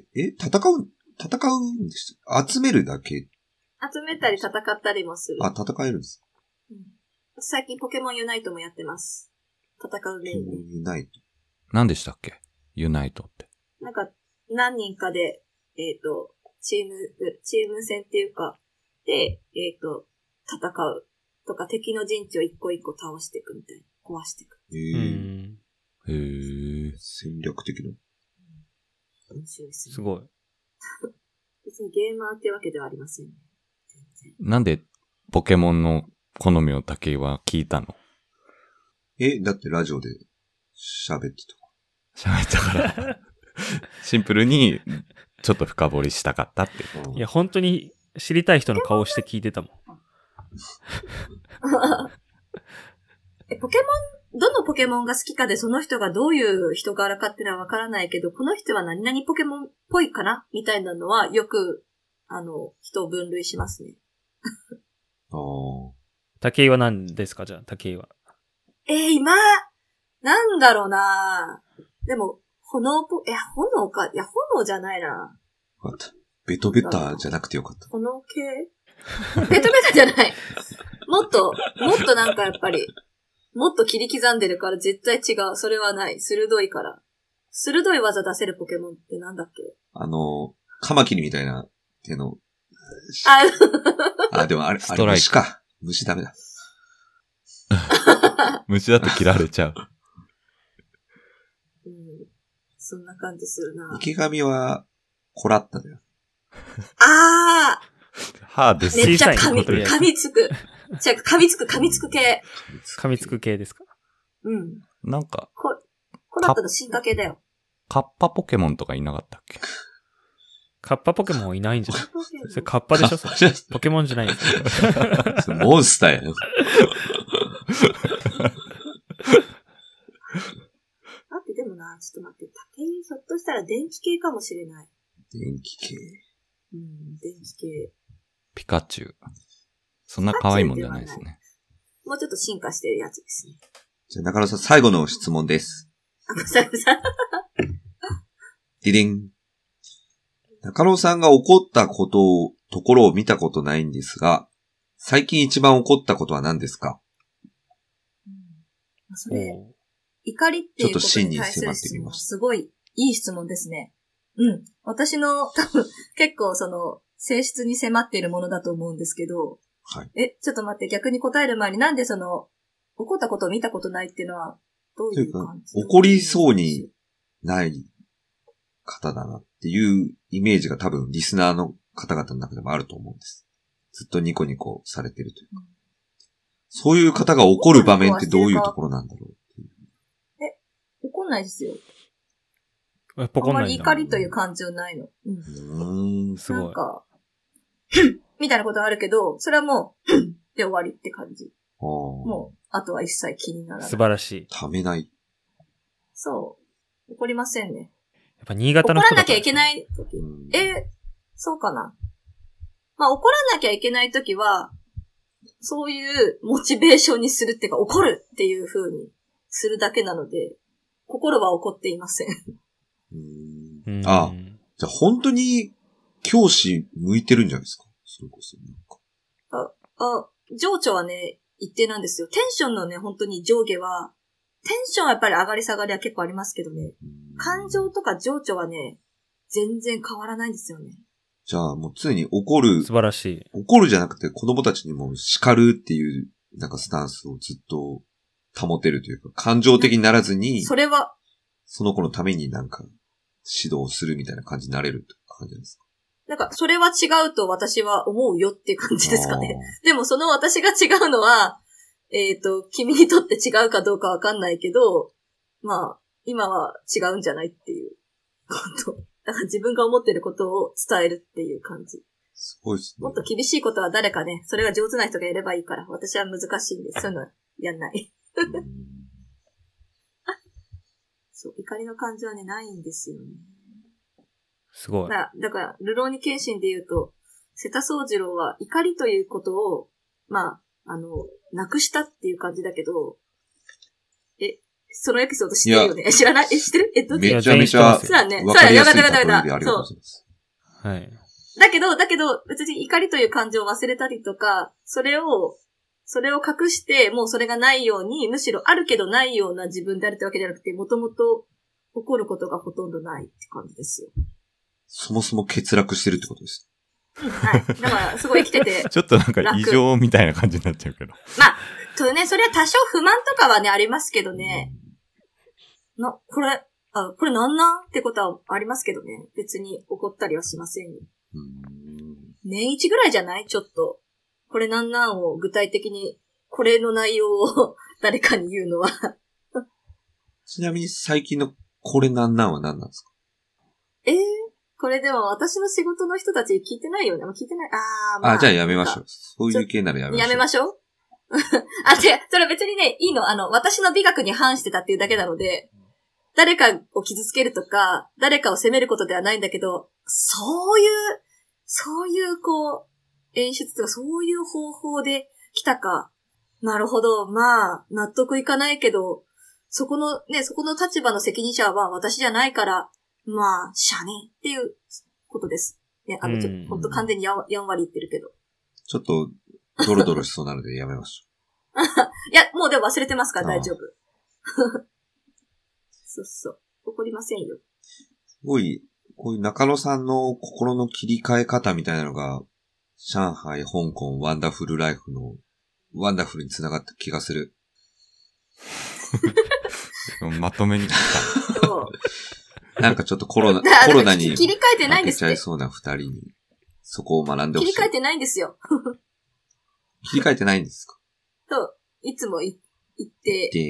戦うんです集めるだけ？ 集めたり戦ったりもする。 あ、戦えるんです。 最近ポケモンユナイトもやってます。戦うメインで。 ユナイト。 何でしたっけ？ユナイトって。 なんか、何人かで、チーム戦っていうか、で、戦うとか、敵の陣地を一個一個倒していくみたいな。壊していく。 へー。 戦略的な。 面白いですね。 すごい。 別にゲーマーってわけではありませんね。 なんでポケモンの好みを武井は聞いたの？ だってラジオで喋ってた。喋ったから。シンプルにちょっと深掘りしたかったって。 いや、本当に知りたい人の顔して聞いてたもん。 どのポケモンが好きかでその人がどういう人柄かっていうのはわからないけど、この人は何々ポケモンっぽいかなみたいなのはよく、人を分類しますね。 武井は何ですか？じゃあ、武井は。 今、なんだろうな。でも、炎か。いや、炎じゃないな。 よかった。ベトベタじゃなくてよかった。 炎系ベトベタじゃない。もっとなんかやっぱり、もっと切り刻んでるから絶対違う。それはない。鋭いから。鋭い技出せるポケモンってなんだっけ？ カマキリみたいな手の。でもあれ虫か。虫ダメだ。 虫だと切られちゃう。 そんな感じするな。 池上は、コラッタだよ。 歯です。 めっちゃ噛みつく。噛みつく系。 噛みつく系ですか？ うん。 なんか、 コラッタの進化系だよ。 カッパポケモンとかいなかったっけ？ カッパポケモンいないんじゃない？それカッパでしょ？ポケモンじゃないんですよ。 モンスターやよ。 待って、でもな、ちょっと待って。武井ひょっとしたら電気系かもしれない。 電気系。 電気系。 ピカチュウ。そんな可愛いもんじゃないですね。 もうちょっと進化してるやつですね。 じゃあ中野さん、最後の質問です。ディディン。中野さんが怒ったところを見たことないんですが、最近一番怒ったことは何ですか？ それ、怒りっていうことに対する質問。 ちょっと真に迫ってみました。 すごいいい質問ですね。私の多分結構性質に迫っているものだと思うんですけど、 はい。 ちょっと待って、逆に答える前になんで怒ったことを見たことないっていうのは、どういう感じ？ 怒りそうにない方だなっていうイメージが多分リスナーの方々の中でもあると思うんです。ずっとニコニコされてるというか。そういう方が怒る場面ってどういうところなんだろうっていう。 怒んないですよ。 やっぱ怒んないんだ。 あんまり怒りという感情ないの。 すごい。 なんか、みたいなことあるけど、それはもう、で終わりって感じ。もう、あとは一切気にならない。 素晴らしい。 ためない。 そう。怒りませんね。 やっぱ新潟の人だ怒らなきゃいけない時。そうかな。まあ、怒らなきゃいけない時は、そういうモチベーションにするっていうか、怒るっていう風にするだけなので、心は怒っていません。 じゃあ本当に教師向いてるんじゃないですか？それこそ情緒はね、一定なんですよ。テンションのね、本当に上下は、テンションはやっぱり上がり下がりは結構ありますけどね、感情とか情緒はね、全然変わらないんですよね。 じゃあもう常に怒る。 素晴らしい。 怒るじゃなくて子供たちにも叱るっていうなんかスタンスをずっと保てるというか、感情的にならずに、 それは、 その子のためになんか指導するみたいな感じになれるって感じですか？ なんか、それは違うと私は思うよっていう感じですかね。でもその私が違うのは、君にとって違うかどうかわかんないけど、まあ、今は違うんじゃないっていうこと。だから自分が思ってることを伝えるっていう感じ。 すごいですね。 もっと厳しいことは誰かね、それが上手な人がやればいいから、私は難しいんです。そういうのはやんない。そう、怒りの感情はね、ないんですよね。 すごい。 だから、ルローニケンシンで言うと、瀬田宗次郎は怒りということを、まあ、なくしたっていう感じだけど、そのエピソード知ってるよね？知らない？知ってる？どっち？ めちゃめちゃそうだね。 わかりやすい例えでありそう。 がとうございます。 はい。 だけど、別に怒りという感情を忘れたりとか、それを隠して、もうそれがないように、むしろあるけどないような自分であるってわけじゃなくて、もともと起こることがほとんどないって感じですよ。 そもそも欠落してるってことです。 はい。だから、すごい生きてて。 ちょっとなんか異常みたいな感じになっちゃうけど。 まあ、それは多少不満とかはね、ありますけどね。これなんなんってことはありますけどね。別に怒ったりはしませんよ。年一ぐらいじゃない？ちょっと。これなんなんを具体的に、これの内容を誰かに言うのは。 ちなみに最近のこれなんなんは何なんですか？ これでも私の仕事の人たち聞いてないよね。聞いてない。 まあ。じゃあやめましょう。そういう系ならやめましょう。 やめましょう違う。それは別にね、いいの。私の美学に反してたっていうだけなので、誰かを傷つけるとか、誰かを責めることではないんだけど、そういうこう、演出とかそういう方法で来たか。なるほど。まあ、納得いかないけど、そこの立場の責任者は私じゃないから、まあ、しゃねっていうことです。ね、ほんと完全にやんわり言ってるけど。 ちょっと、ドロドロしそうなのでやめましょう。いや、もうでも忘れてますから大丈夫。そう。怒りませんよ。 すごい、こういう中野さんの心の切り替え方みたいなのが、上海、香港、ワンダフルライフのワンダフルに繋がった気がする。 まとめに来た。 そう。 なんかちょっとコロナに切り替えてないんですって。 負けちゃいそうな二人に、そこを学んでほしい。 切り替えてないんですよ。 切り替えてないんですか？ そう。いつも言って、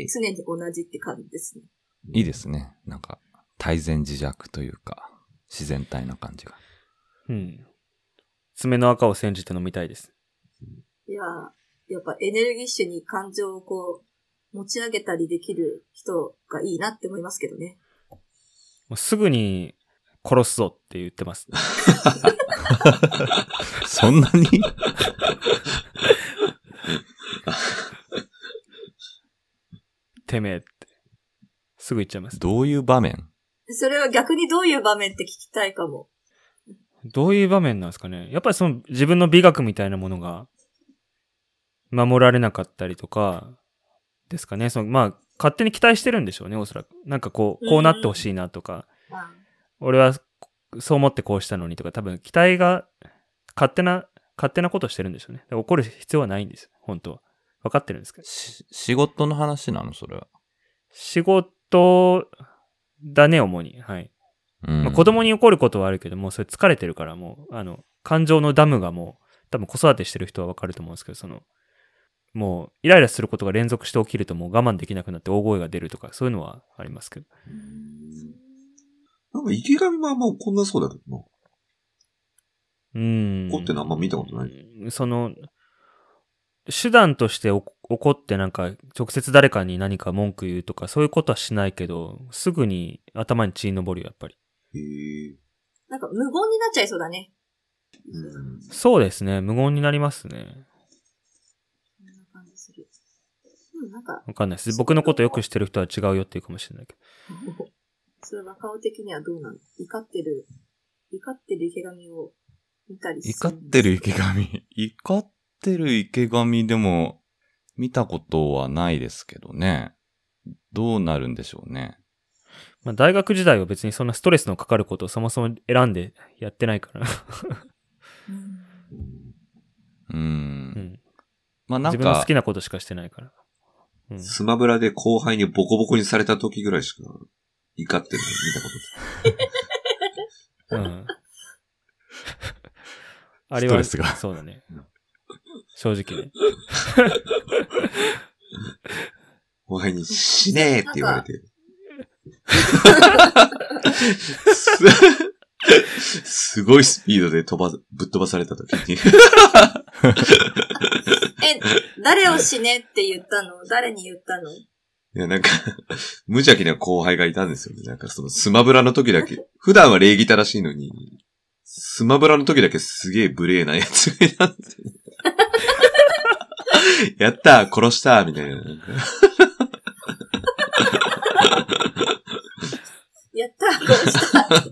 常に同じって感じですね。 いいですね。なんか、泰然自若というか、自然体な感じが。 うん。爪の赤を煎じて飲みたいです。 いや、やっぱエネルギッシュに感情をこう、持ち上げたりできる人がいいなって思いますけどね。 もうすぐに殺すぞって言ってます。 そんなにてめえって。すぐ言っちゃいます。 どういう場面？ それは逆にどういう場面って聞きたいかも。 どういう場面なんですかね。やっぱりその自分の美学みたいなものが守られなかったりとかですかね。まあ勝手に期待してるんでしょうね、おそらく。なんかこうなってほしいなとか、俺はそう思ってこうしたのにとか、多分期待が勝手なことしてるんでしょうね。怒る必要はないんですよ、本当は。分かってるんですけど。 仕事の話なのそれは。 仕事だね、主に。はい。まあ、子供に怒ることはあるけども、それ疲れてるからもう、感情のダムがもう、多分子育てしてる人はわかると思うんですけど、もう、イライラすることが連続して起きるともう我慢できなくなって大声が出るとか、そういうのはありますけど。 なんか池上もあんま怒んなそうだけどな。怒ってのあんま見たことない。 手段として怒ってなんか直接誰かに何か文句言うとかそういうことはしないけど、すぐに頭に血昇るよ、やっぱり。 なんか無言になっちゃいそうだね。 そうですね、無言になりますね。 そんな感じする。なんか。 わかんないです。僕のことよく知ってる人は違うよって言うかもしれないけど。 それは顔的にはどうなの？怒ってる池上を見たりする。 怒ってる池上でも見たことはないですけどね。どうなるんでしょうね。 まあ大学時代は別にそんなストレスのかかることをそもそも選んでやってないから。 まあなんか自分の好きなことしかしてないから。 うん。 スマブラで後輩にボコボコにされた時ぐらいしか怒ってるの見たことない。 うん。あれは、 ストレスがそうだね。正直ね。 後輩に死ねーって言われて。すごいスピードでぶっ飛ばされた時に。 誰を死ねって言ったの？誰に言ったの？ いや、なんか、無邪気な後輩がいたんですよね。なんかそのスマブラの時だけ、普段は礼儀正しいのに、スマブラの時だけすげえ無礼なやつがいたんですよね。やったー殺したーみたいな。 やったー殺したー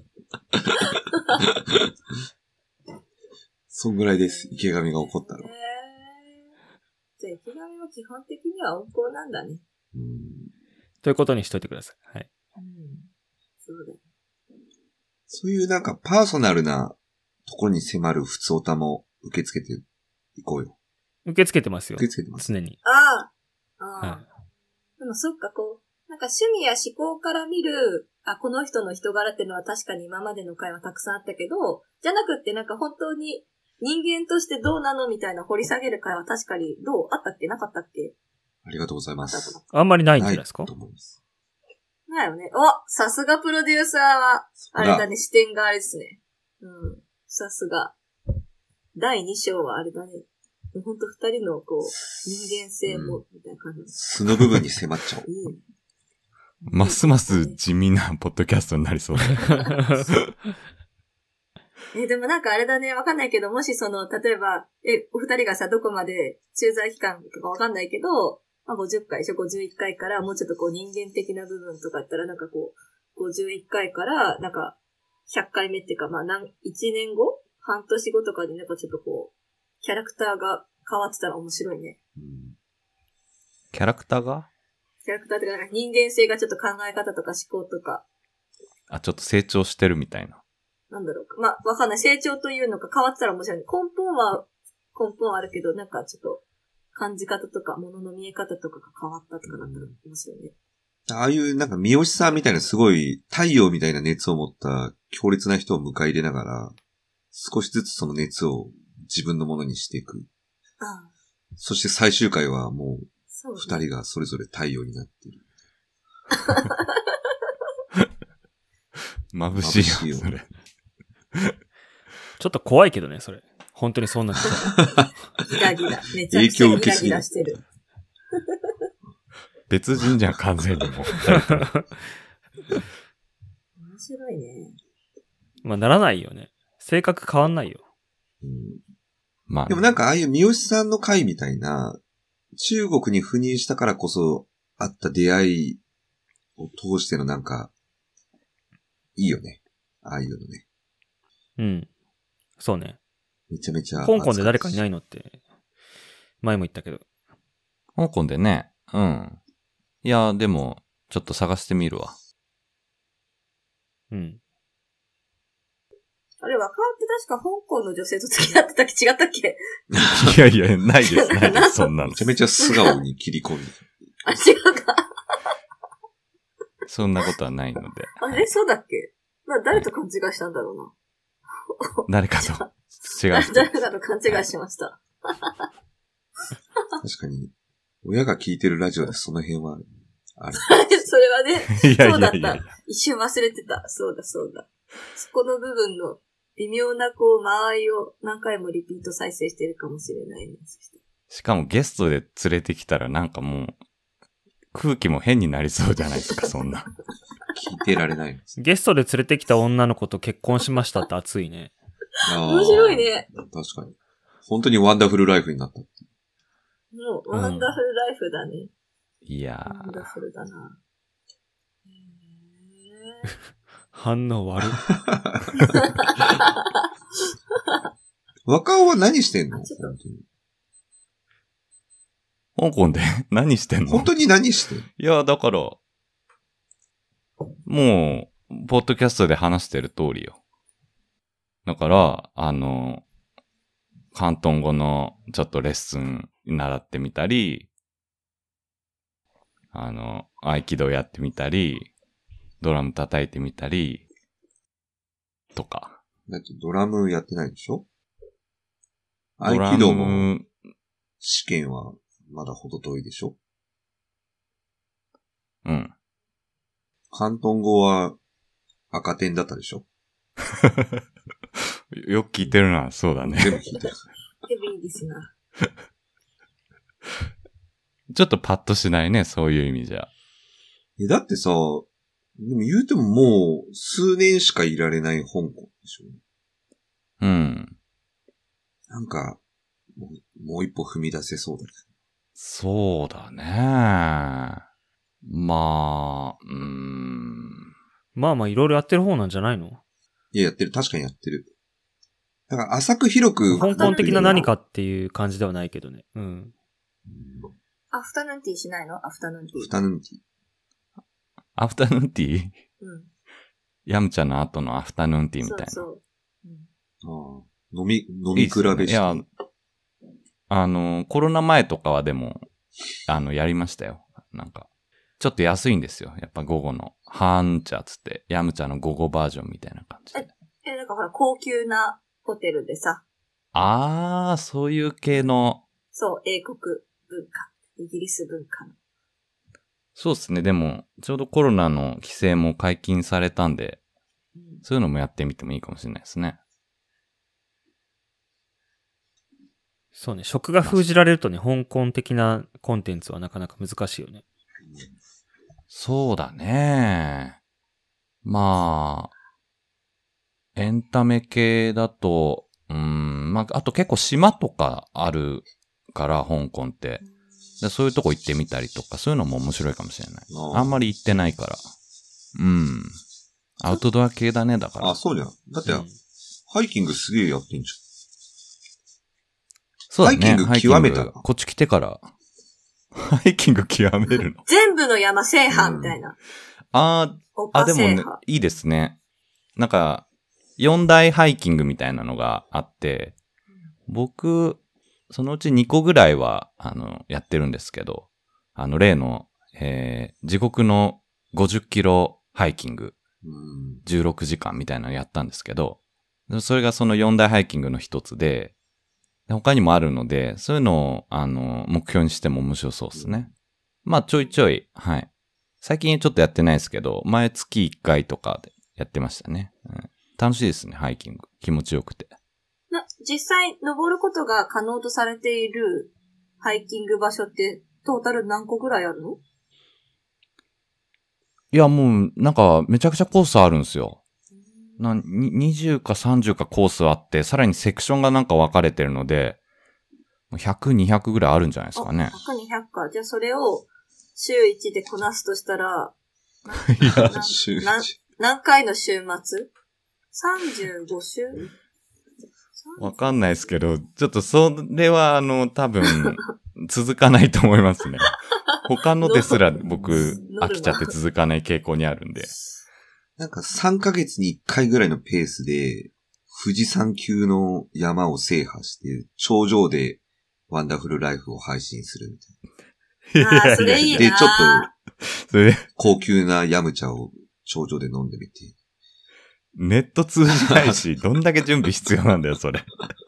そんぐらいです。池上が怒ったの。 じゃあ池上は基本的には温厚なんだね。 ということにしといてください。はい。 そうだよ。 そういうなんかパーソナルなところに迫る普通オタも受け付けていこうよ。 受け付けてますよ。 受け付けてます。 常に。 ああ。 はい。 でもそっか、なんか趣味や思考から見る、この人の人柄っていうのは確かに今までの回はたくさんあったけど、じゃなくってなんか本当に人間としてどうなのみたいな掘り下げる回は確かにあったっけなかったっけ？ ありがとうございます。 あんまりないんじゃないですか？ ないと思います。 ないよね。さすがプロデューサーは、あれだね、視点があれですね。さすが。第2章はあれだね。ほんと二人の人間性も、みたいな感じ。 素の部分に迫っちゃおう。 いいね。 ますます地味なポッドキャストになりそうだ。 でもなんかあれだね、わかんないけど、もし例えば、お二人がさ、どこまで駐在期間とかわかんないけど、50回、51回からもうちょっと人間的な部分とかやったら、なんか51回から、なんか、100回目っていうか、1年後半年後とかでなんかちょっとキャラクターが変わってたら面白いね。 キャラクターが？ キャラクターってか、人間性がちょっと考え方とか思考とか。 ちょっと成長してるみたいな。 なんだろうか。わかんない。成長というのか変わってたら面白いね。根本はあるけど、なんかちょっと、感じ方とか、物の見え方とかが変わったとかなったら面白いね。 ああいうなんか三好さんみたいなすごい太陽みたいな熱を持った強烈な人を迎え入れながら、少しずつその熱を自分のものにしていく。そして最終回はもう、二人がそれぞれ太陽になっている。 眩しいよ、それ。 ちょっと怖いけどね、それ。本当にそうなってた。 ギラギラ。めちゃくちゃギラギラしてる。 別人じゃん、完全にも。面白いね。 ならないよね。性格変わんないよ。 でもなんかああいう三好さんの回みたいな、中国に赴任したからこそあった出会いを通してのなんか、いいよね。ああいうのね。 うん。そうね。 めちゃめちゃ。 香港で誰かいないのって、前も言ったけど。 香港でね、うん。いや、でも、ちょっと探してみるわ。 うん。 あれ、若尾って確か香港の女性と付き合ってたっけ？違ったっけ？ いやいや、ないです、ないです、そんなの。 めちゃめちゃ素顔に切り込んで。 違うか。 そんなことはないので。 あれ、そうだっけ？誰と勘違いしたんだろうな。 誰かと違う。 誰かと勘違いしました。 確かに、親が聞いてるラジオでその辺はある。 それはね、 いやいやいやそうだった。一瞬忘れてた。そうだそうだ。そこの部分の微妙な間合いを何回もリピート再生してるかもしれないね。 しかもゲストで連れてきたらなんかもう、空気も変になりそうじゃないですか、そんな。 聞いてられない。 ゲストで連れてきた女の子と結婚しましたって熱いね。 面白いね。 確かに。本当にワンダフルライフになった。 もう、ワンダフルライフだね。 いやー。ワンダフルだな。 反応悪い。 若尾は何してんの？ 香港で何してんの？ 本当に何してんの？ いや、だから、もう、ポッドキャストで話してる通りよ。だから、広東語のちょっとレッスン習ってみたり、 合気道やってみたり、ドラム叩いてみたり、とか。 だってドラムやってないでしょ？合ドラ気道もム、 試験はまだほど遠いでしょ？ うん。 広東語は赤点だったでしょ？ よく聞いてるな、そうだね。 全部聞いてる。 ヘビーですな。 ちょっとパッとしないね、そういう意味じゃ。 だってさ、でも言うてももう数年しかいられない香港でしょ？ うん。 なんか、もう一歩踏み出せそうだね。 そうだね。まあ、 まあまあいろいろやってる方なんじゃないの？ いや、やってる。確かにやってる。だから浅く広く。 香港的な何かっていう感じではないけどね。うん。 アフタヌーンティーしないの？アフタヌーンティー。 アフタヌーンティー。 アフタヌーンティー？ うん。 ヤムチャの後のアフタヌーンティーみたいな。 そうそう。 ああ、飲み比べして。 いや、コロナ前とかはでも、やりましたよ。なんか、ちょっと安いんですよ。やっぱ午後の。ハーンチャつって、ヤムチャの午後バージョンみたいな感じで。 なんかほら、高級なホテルでさ。 あー、そういう系の。 そう、英国文化。イギリス文化の。 そうですね。でも、ちょうどコロナの規制も解禁されたんで、そういうのもやってみてもいいかもしれないですね。 そうね。食が封じられるとね、香港的なコンテンツはなかなか難しいよね。 そうだね。まあ、エンタメ系だと、まあ、あと結構島とかあるから、香港って。でそういうとこ行ってみたりとか、そういうのも面白いかもしれない。あんまり行ってないから。アウトドア系だね、だから。 あ、そうじゃん。だって、ハイキングすげえやってんじゃん。 そうだね。 ハイキング極めた。 こっち来てから、ハイキング極めるの。 全部の山制覇みたいな。 でもね、いいですね。なんか、4大ハイキングみたいなのがあって、僕、そのうち2個ぐらいは、やってるんですけど、例の、地獄の50キロハイキング、16時間みたいなのやったんですけど、それがその4大ハイキングの一つで、他にもあるので、そういうのを、目標にしても面白そうですね。まあ、ちょいちょい、はい。最近ちょっとやってないですけど、前月1回とかでやってましたね。楽しいですね、ハイキング。気持ちよくて。 実際、登ることが可能とされているハイキング場所って、トータル何個ぐらいあるの？ いや、もう、なんか、めちゃくちゃコースあるんですよ。20か30かコースあって、さらにセクションがなんか分かれてるので、100、200ぐらいあるんじゃないですかね。 100、200か。じゃあそれを週1でこなすとしたら、 いや、 何回の週末？ 35 週？ わかんないですけど、ちょっとそれは多分、続かないと思いますね。他のですら僕、飽きちゃって続かない傾向にあるんで。 なんか3ヶ月に1回ぐらいのペースで、富士山級の山を制覇して、頂上でワンダフルライフを配信するみたいな。 それいいな。 で、ちょっと、高級なヤムチャを頂上で飲んでみて。 ネット通じないし、どんだけ準備必要なんだよ、それ。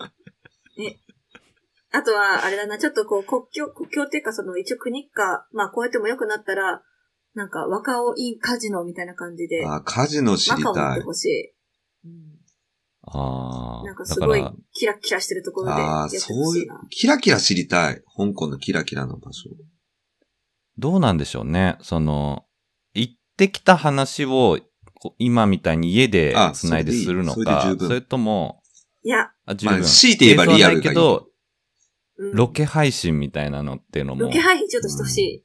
あとは、あれだな、ちょっとこう、国境っていうか、一応国か、まあ、こうやっても良くなったら、なんか、若尾インカジノみたいな感じで。 カジノ知りたい。 マカオ持ってほしい。なんかすごい、キラキラしてるところでやってほしいな。そういう、 キラキラ知りたい。香港のキラキラの場所。 どうなんでしょうね。行ってきた話を、今みたいに家で繋いでするのか、それとも、 いや、 十分。 強いて言えばリアルがいい。 けど、ロケ配信みたいなのっていうのも。 ロケ配信ちょっとしてほしい。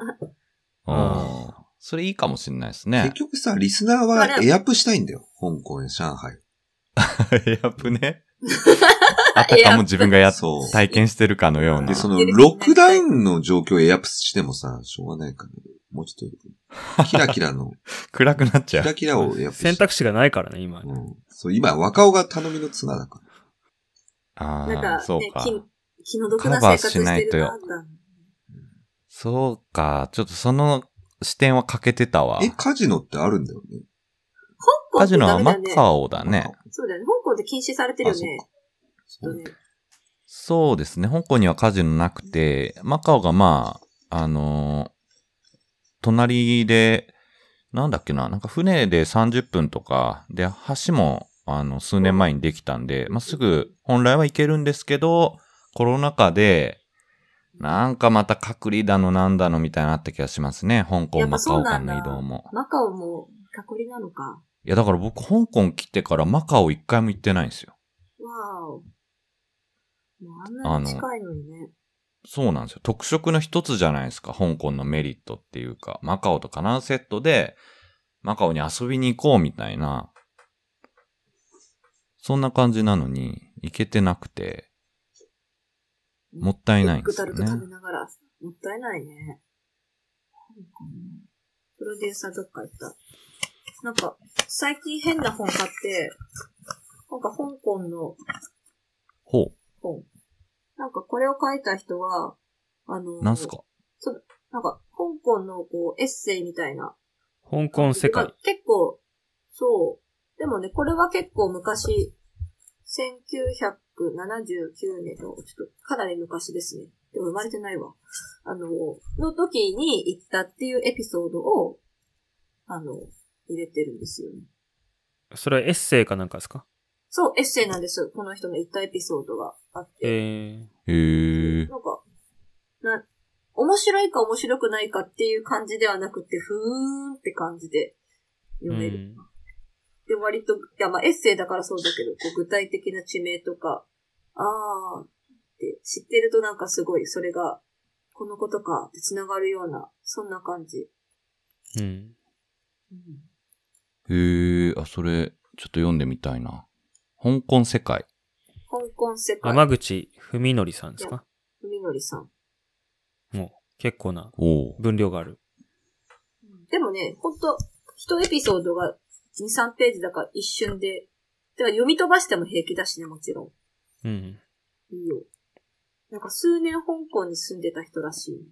それいいかもしれないですね。 結局さ、リスナーはエアプしたいんだよ。香港や上海。 エアプね。あたかも自分が体験してるかのような。 で、ロックダウンの状況をエアプしてもさ、しょうがないから、もうちょっと、キラキラの。 暗くなっちゃう。 キラキラをエアプ選択肢がないからね、今。 そう、今、若尾が頼みの綱だから。 そうか。 気の毒な生活してるな。 そうか。ちょっとその視点は欠けてたわ。 カジノってあるんだよね。 香港ってカジノはマダメだよね。 カオだね。 そうだよね。香港で禁止されてるよね。ちょっとね。 そうですね。香港にはカジノなくて、マカオがまあ、隣で、なんだっけな、なんか船で30分とか、で、橋も、数年前にできたんで、まあ、すぐ、本来は行けるんですけど、コロナ禍で、なんかまた隔離だのなんだのみたいになった気がしますね。香港、マカオ間の移動も。 マカオも隔離なのか。 いや、だから僕、香港来てからマカオ一回も行ってないんですよ。 わーお。もうあんなに近いのにね。 そうなんですよ。特色の一つじゃないですか。香港のメリットっていうか、マカオとカナンセットで、マカオに遊びに行こうみたいな、そんな感じなのに、行けてなくて、もったいないんですよね。 タルト食べながら、もったいないね。プロデューサーどっか行った。なんか、最近変な本買って、なんか香港のほう。 本。なんかこれを書いた人は、 なんすか？ なんか香港のこうエッセイみたいな。 香港世界。 結構、そう。でもね、これは結構昔、1979年の、ちょっとかなり昔ですね。でも生まれてないわ。の時に行ったっていうエピソードを、入れてるんですよね。 それはエッセイかなんかですか？ そう、エッセイなんです。この人の言ったエピソードがあって。 へー。 なんか、面白いか面白くないかっていう感じではなくて、ふーんって感じで読める。で、割と、いや、まあ、エッセイだからそうだけど、こう具体的な地名とか、って知ってるとなんかすごい、それが、このことかって繋がるような、そんな感じ。 へー、それ、ちょっと読んでみたいな。香港世界。 香港世界。 山口文則さんですか？ 文則さん。 もう、結構な分量がある。 でもね、ほんと、一エピソードが2、3ページだから一瞬で、てか読み飛ばしても平気だしね、もちろん。いいよ。なんか数年香港に住んでた人らしい。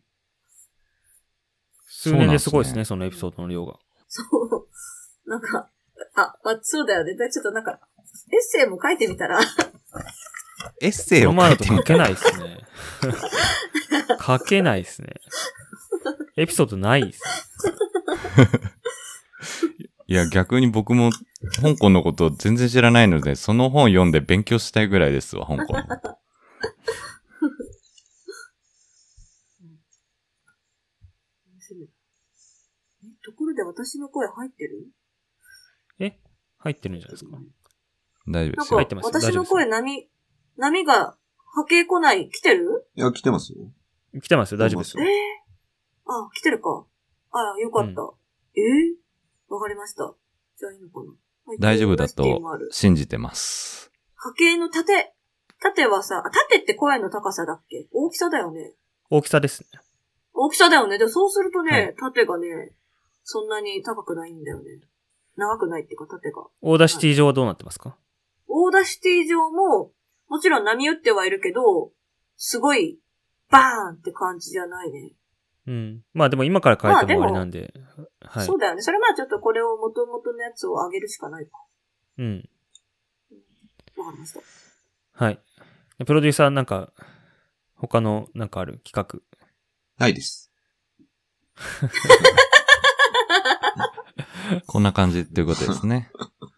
数年ですごいですね、そのエピソードの量が。 そう。なんか、そうだよね。ちょっとなんか、エッセイも書いてみたらエッセイを書いてみたら書けないですね。書けないですね。エピソードないです。 いや、逆に僕も香港のこと全然知らないので、その本読んで勉強したいぐらいですわ、香港。 ところで私の声入ってる？ 入ってるんじゃないですか？ 大丈夫ですよ。 入ってます。 私の声波が波形来ない？来てる？ いや、来てますよ。 来てますよ、大丈夫ですよ。 来てるか。よかった。わかりました。じゃあいいのかな。 大丈夫だと信じてます。 波形の縦はさ、縦って声の高さだっけ？大きさだよね。 大きさですね。 大きさだよね。でもそうするとね、縦がね、そんなに高くないんだよね。長くないっていうか、縦が。 オーダーシティ上はどうなってますか？ オーダーシティ上も、もちろん波打ってはいるけど、すごい、バーンって感じじゃないね。 まあでも今から書いてもあれなんで。はい。 そうだよね。それまあちょっとこれを元々のやつを上げるしかないか。わかりました。 はい。プロデューサーなんか、他のなんかある企画？ ないです。 こんな感じっていうことですね。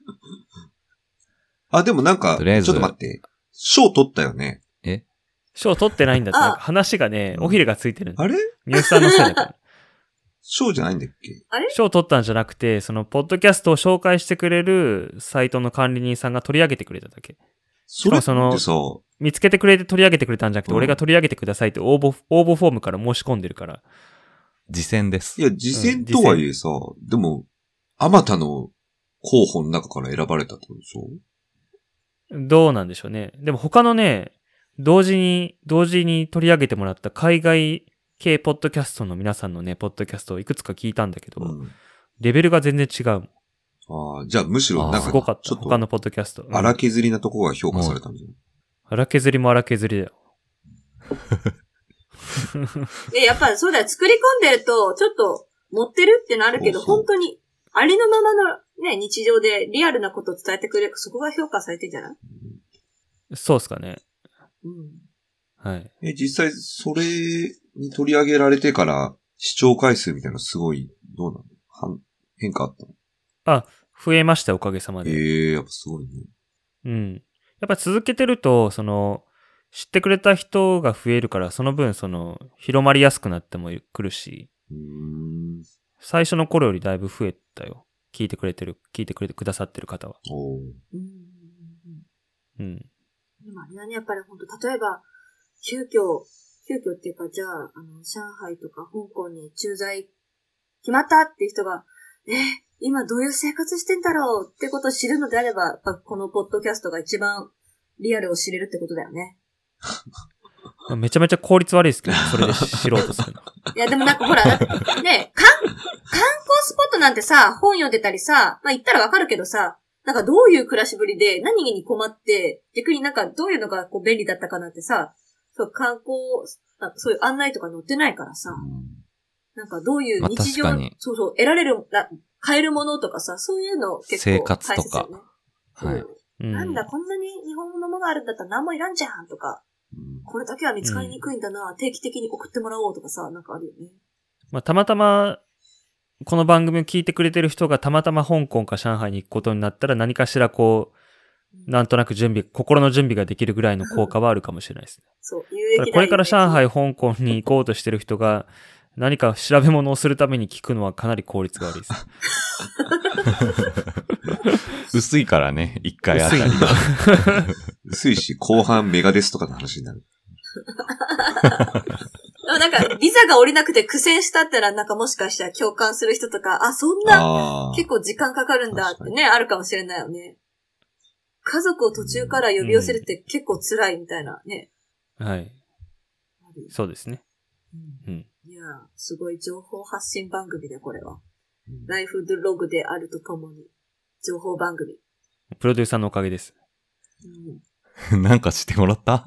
でもなんか、ちょっと待って。賞取ったよね。 賞取ってないんだって。なんか話がね、尾ひれがついてるんだ。 あれ？ ミュースさんのせいだから。 賞じゃないんだっけ？ あれ？ 賞取ったんじゃなくて、その、ポッドキャストを紹介してくれるサイトの管理人さんが取り上げてくれただけ。 それってさ、 見つけてくれて取り上げてくれたんじゃなくて、俺が取り上げてくださいって応募フォームから申し込んでるから。 次戦です。 いや、次戦とはいえさ、でも、あまたの候補の中から選ばれたってことでしょ？ どうなんでしょうね。でも他のね、同時に取り上げてもらった海外系ポッドキャストの皆さんのね、ポッドキャストをいくつか聞いたんだけど、レベルが全然違うもん。 じゃあむしろなんか、 すごかった。他のポッドキャスト。 荒削りなとこが評価されたんじゃない？ 荒削りも荒削りだよ。 やっぱそうだよ。作り込んでると、ちょっと持ってるってのあるけど、 そうそう本当に、ありのままのね、日常でリアルなことを伝えてくれる、そこが評価されてんじゃない？ そうですかね。 うん。 はい。 実際、それに取り上げられてから、視聴回数みたいなのすごい、どうなの？変化あったの？ あ、増えました、おかげさまで。 やっぱすごいね。 うん。やっぱ続けてると、知ってくれた人が増えるから、その分、広まりやすくなってもくるし、最初の頃よりだいぶ増えたよ。聞いてくれてくださってる方は。うん。 でもあれだね、やっぱり本当例えば、急遽っていうか、じゃあ、上海とか香港に駐在決まったっていう人が、今どういう生活してんだろうってことを知るのであれば、やっぱこのポッドキャストが一番リアルを知れるってことだよね。 めちゃめちゃ効率悪いですけど、それで知ろうとするの。 いや、でもなんかほら、ね、観光スポットなんてさ、本読んでたりさ、まあ、言ったらわかるけどさ、なんかどういう暮らしぶりで何に困って、逆になんかどういうのがこう便利だったかなってさ、観光、そういう案内とか載ってないからさ、なんかどういう日常、そう、得られる、買えるものとかさ、そういうの結構大切よね。生活とか。はい。なんだ、こんなに日本のものがあるんだったら何もいらんじゃんとか、これだけは見つかりにくいんだな、定期的に送ってもらおうとかさ、なんかあるよね。 まあ、たまたま、この番組を聞いてくれてる人がたまたま香港か上海に行くことになったら何かしらこう、なんとなく心の準備ができるぐらいの効果はあるかもしれないですね。 そう、有益な。 これから上海、香港に行こうとしてる人が何か調べ物をするために聞くのはかなり効率が悪いです。 薄いからね、一回あたりが。 薄いし、後半メガデスとかの話になる。 でもなんか、ビザが降りなくて苦戦したってのはなんかもしかしたら共感する人とか、あ、そんな結構時間かかるんだってね、あるかもしれないよね。家族を途中から呼び寄せるって結構辛いみたいなね。 はい。そうですね。 いや、すごい情報発信番組だ、これは。ライフログであるとともに、情報番組。 プロデューサーのおかげです。 なんかしてもらった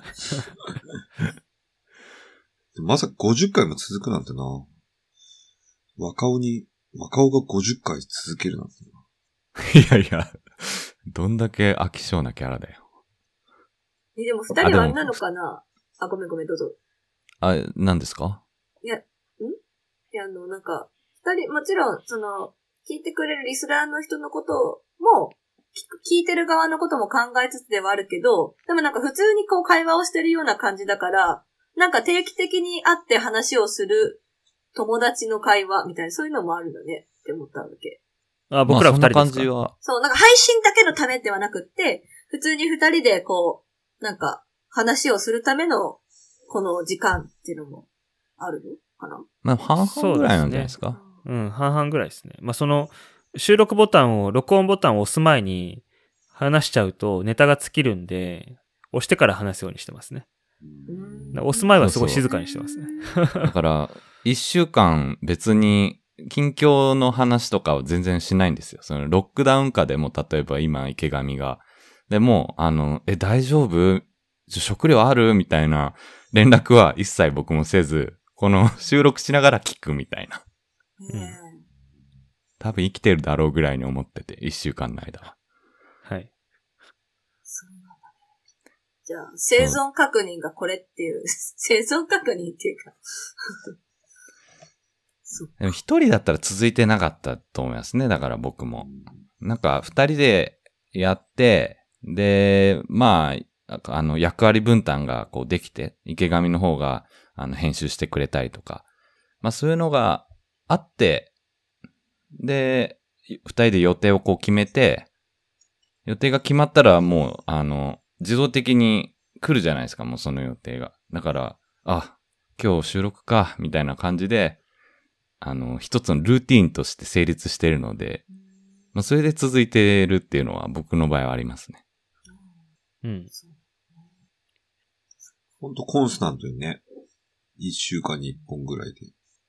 まさか50回も続くなんてな。若尾が50回続けるなんてな。いや、どんだけ飽き性なキャラだよ。 でも二人はあんなのかなあ、ごめん、どうぞ。 何ですか？ いや、なんか、二人、もちろん、聞いてくれるリスナーの人のことも、聞いてる側のことも考えつつではあるけど、でもなんか普通にこう会話をしてるような感じだから、なんか定期的に会って話をする友達の会話みたいな、そういうのもあるんだねって思ったわけ。 あ、僕ら二人ですか？ そんな感じは。 そう、なんか配信だけのためではなくって、普通に二人でこう、なんか話をするためのこの時間っていうのもあるのかな？ まあ半々ぐらいなんじゃないですか？ 半々ぐらいですね。まあ収録ボタンを、録音ボタンを押す前に話しちゃうとネタが尽きるんで、押してから話すようにしてますね。押す前はすごい静かにしてますね。 だから、1週間別に近況の話とかは全然しないんですよ。ロックダウン下でも、例えば今池上が。でも、大丈夫？食料ある？みたいな連絡は一切僕もせず、この収録しながら聞くみたいな。多分生きてるだろうぐらいに思ってて、1週間の間は。 はい。 そうなんだね。じゃあ、生存確認がこれっていう、生存確認っていうか。 でも一人だったら続いてなかったと思いますね。だから僕も。なんか二人でやって、で、まあ、役割分担がこうできて、池上の方が編集してくれたりとか、まあそういうのがあって、で、二人で予定をこう決めて、予定が決まったらもう、自動的に来るじゃないですか、もうその予定が。だから、あ、今日収録か、みたいな感じで、一つのルーティーンとして成立しているので、まあそれで続いてるっていうのは僕の場合はありますね。 うん。 ほんとコンスタントにね。1週間に1本ぐらいで。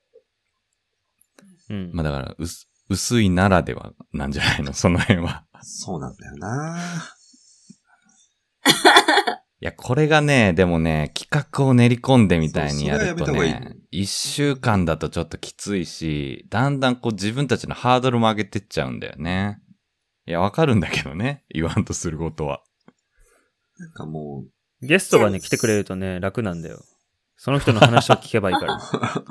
うん。 まあだから、薄いならではなんじゃないのその辺は。 そうなんだよなや、これがね、でもね、企画を練り込んでみたいにやるとそうそれはやめた方がね、一週間だとちょっときついし、だんだんこう自分たちのハードルも上げてっちゃうんだよね。いや、わかるんだけどね、言わんとすることは。 なんかもゲストがね、来てくれるとね、楽なんだよ。その人の話を聞けばいいから。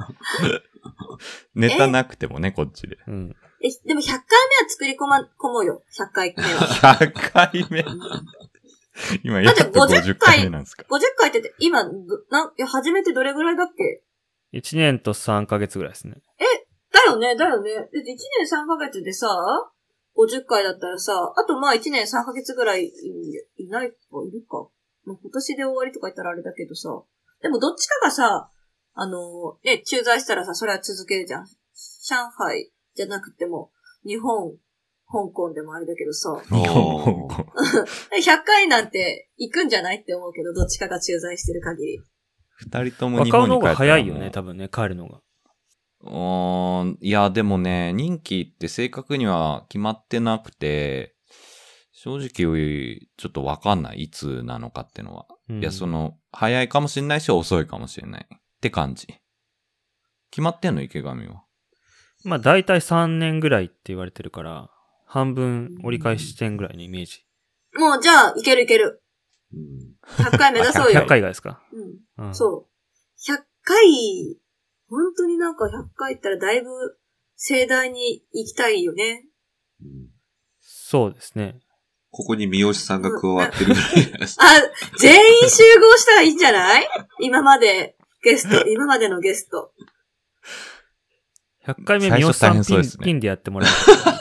ネタなくてもね、こっちで。 うん。 でも100回目は作り込もうよ。100回目は。 100回目。今やっとだって50 50回目なんですか。 50回って今、初めてどれぐらいだっけ？ 1年と3ヶ月ぐらいですね。 だよね。だって1年3ヶ月でさ、50回だったらさ、あとまあ1年3ヶ月ぐらいいないか、いるか。もう今年で終わりとか言ったらあれだけどさ。でもどっちかがさ、駐在したらさ、それは続けるじゃん。上海じゃなくても、日本、香港でもあれだけどさ。 日本あ 100回なんて行くんじゃないって思うけど、どっちかが駐在してる限り。 二人とも日若尾の方が本に帰ったら早いよね、多分ね、帰るのが。 いや、でもね、任期って正確には決まってなくて、正直、ちょっとわかんない。いつなのかってのは。 うんいや、早いかもしれないし、遅いかもしれない。って感じ。決まってんの池上は。 まあ大体3年ぐらいって言われてるから、半分折り返し地点ぐらいのイメージ。 もうじゃあ、いける。 うん 100回目指そうよ。 100回がですか？ うん。 うん。 そう。100回、本当になんか100回行ったらだいぶ盛大に行きたいよね。 うんそうですね。 ここに三好さんが加わってるぐらいだし。 あ、全員集合したらいいんじゃない？今までのゲスト。 100回目最初三好さん大変そうですねピンでやってもら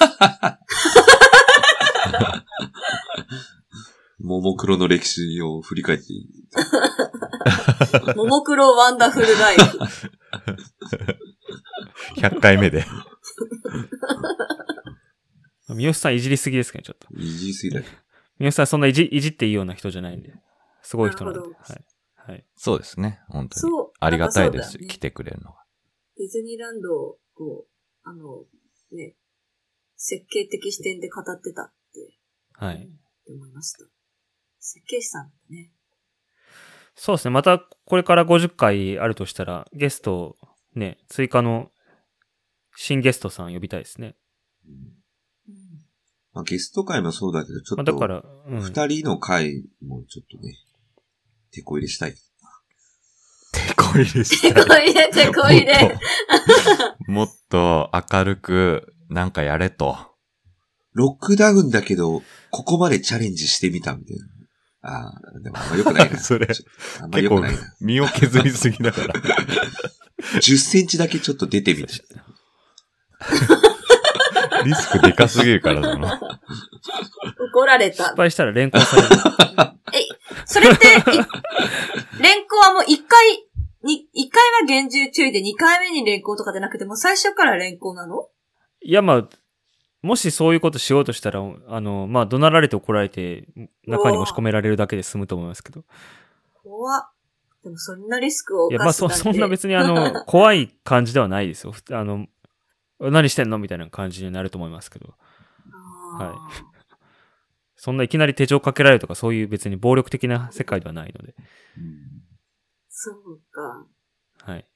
ももクロの歴史を振り返っていい？ ももクロワンダフルライフ。 100回目で。 う。三好さんいじりすぎですけど、ちょっと。 いじりすぎだよ。 三好さんそんないじっていいような人じゃないんで。すごい人なんで。 なるほどはい。はい。 そうですね。本当に。 そう。 ありがたいです。 なんかそうだよね来てくれるのが。 ディズニーランドを、こう、設計的視点で語ってたってはい。 思いました。設計士さんだね。 そうですね。またこれから50回あるとしたら、ゲスト、ね、追加の新ゲストさん呼びたいですね。 うん。 まあ、ゲスト会もそうだけど、ちょまあ、 っと、 だから、うん。 二人の会もちょっとね、手こ入れしたい。 手こ入れし手こ入れ、手こ入れ。 もっと明るく、なんかやれと。 ロックダウンだけど、ここまでチャレンジしてみたみたいな。ああ、でもあんま良くないな。 それちょっとあんま結構良くないな。 身を削りすぎだから。 10センチだけちょっと出てみた。 リスクでかすぎるからだな。 怒られた失。敗したら連行される。 それって、連行はもう1回は厳重注意で2回目に連行とかじゃなくてもう最初から連行なの？ いや、まあ、もしそういうことしようとしたら、まあ、怒鳴られて怒られて、中に押し込められるだけで済むと思いますけど。 怖っ。でもそんなリスクをいや、まあ、 冒すなんて。 そんな別に怖い感じではないですよ。何してんのみたいな感じになると思いますけど。 はそんないきなり手錠かけられるとか、そういう別に暴力的な世界ではないので。 そうか。 はい。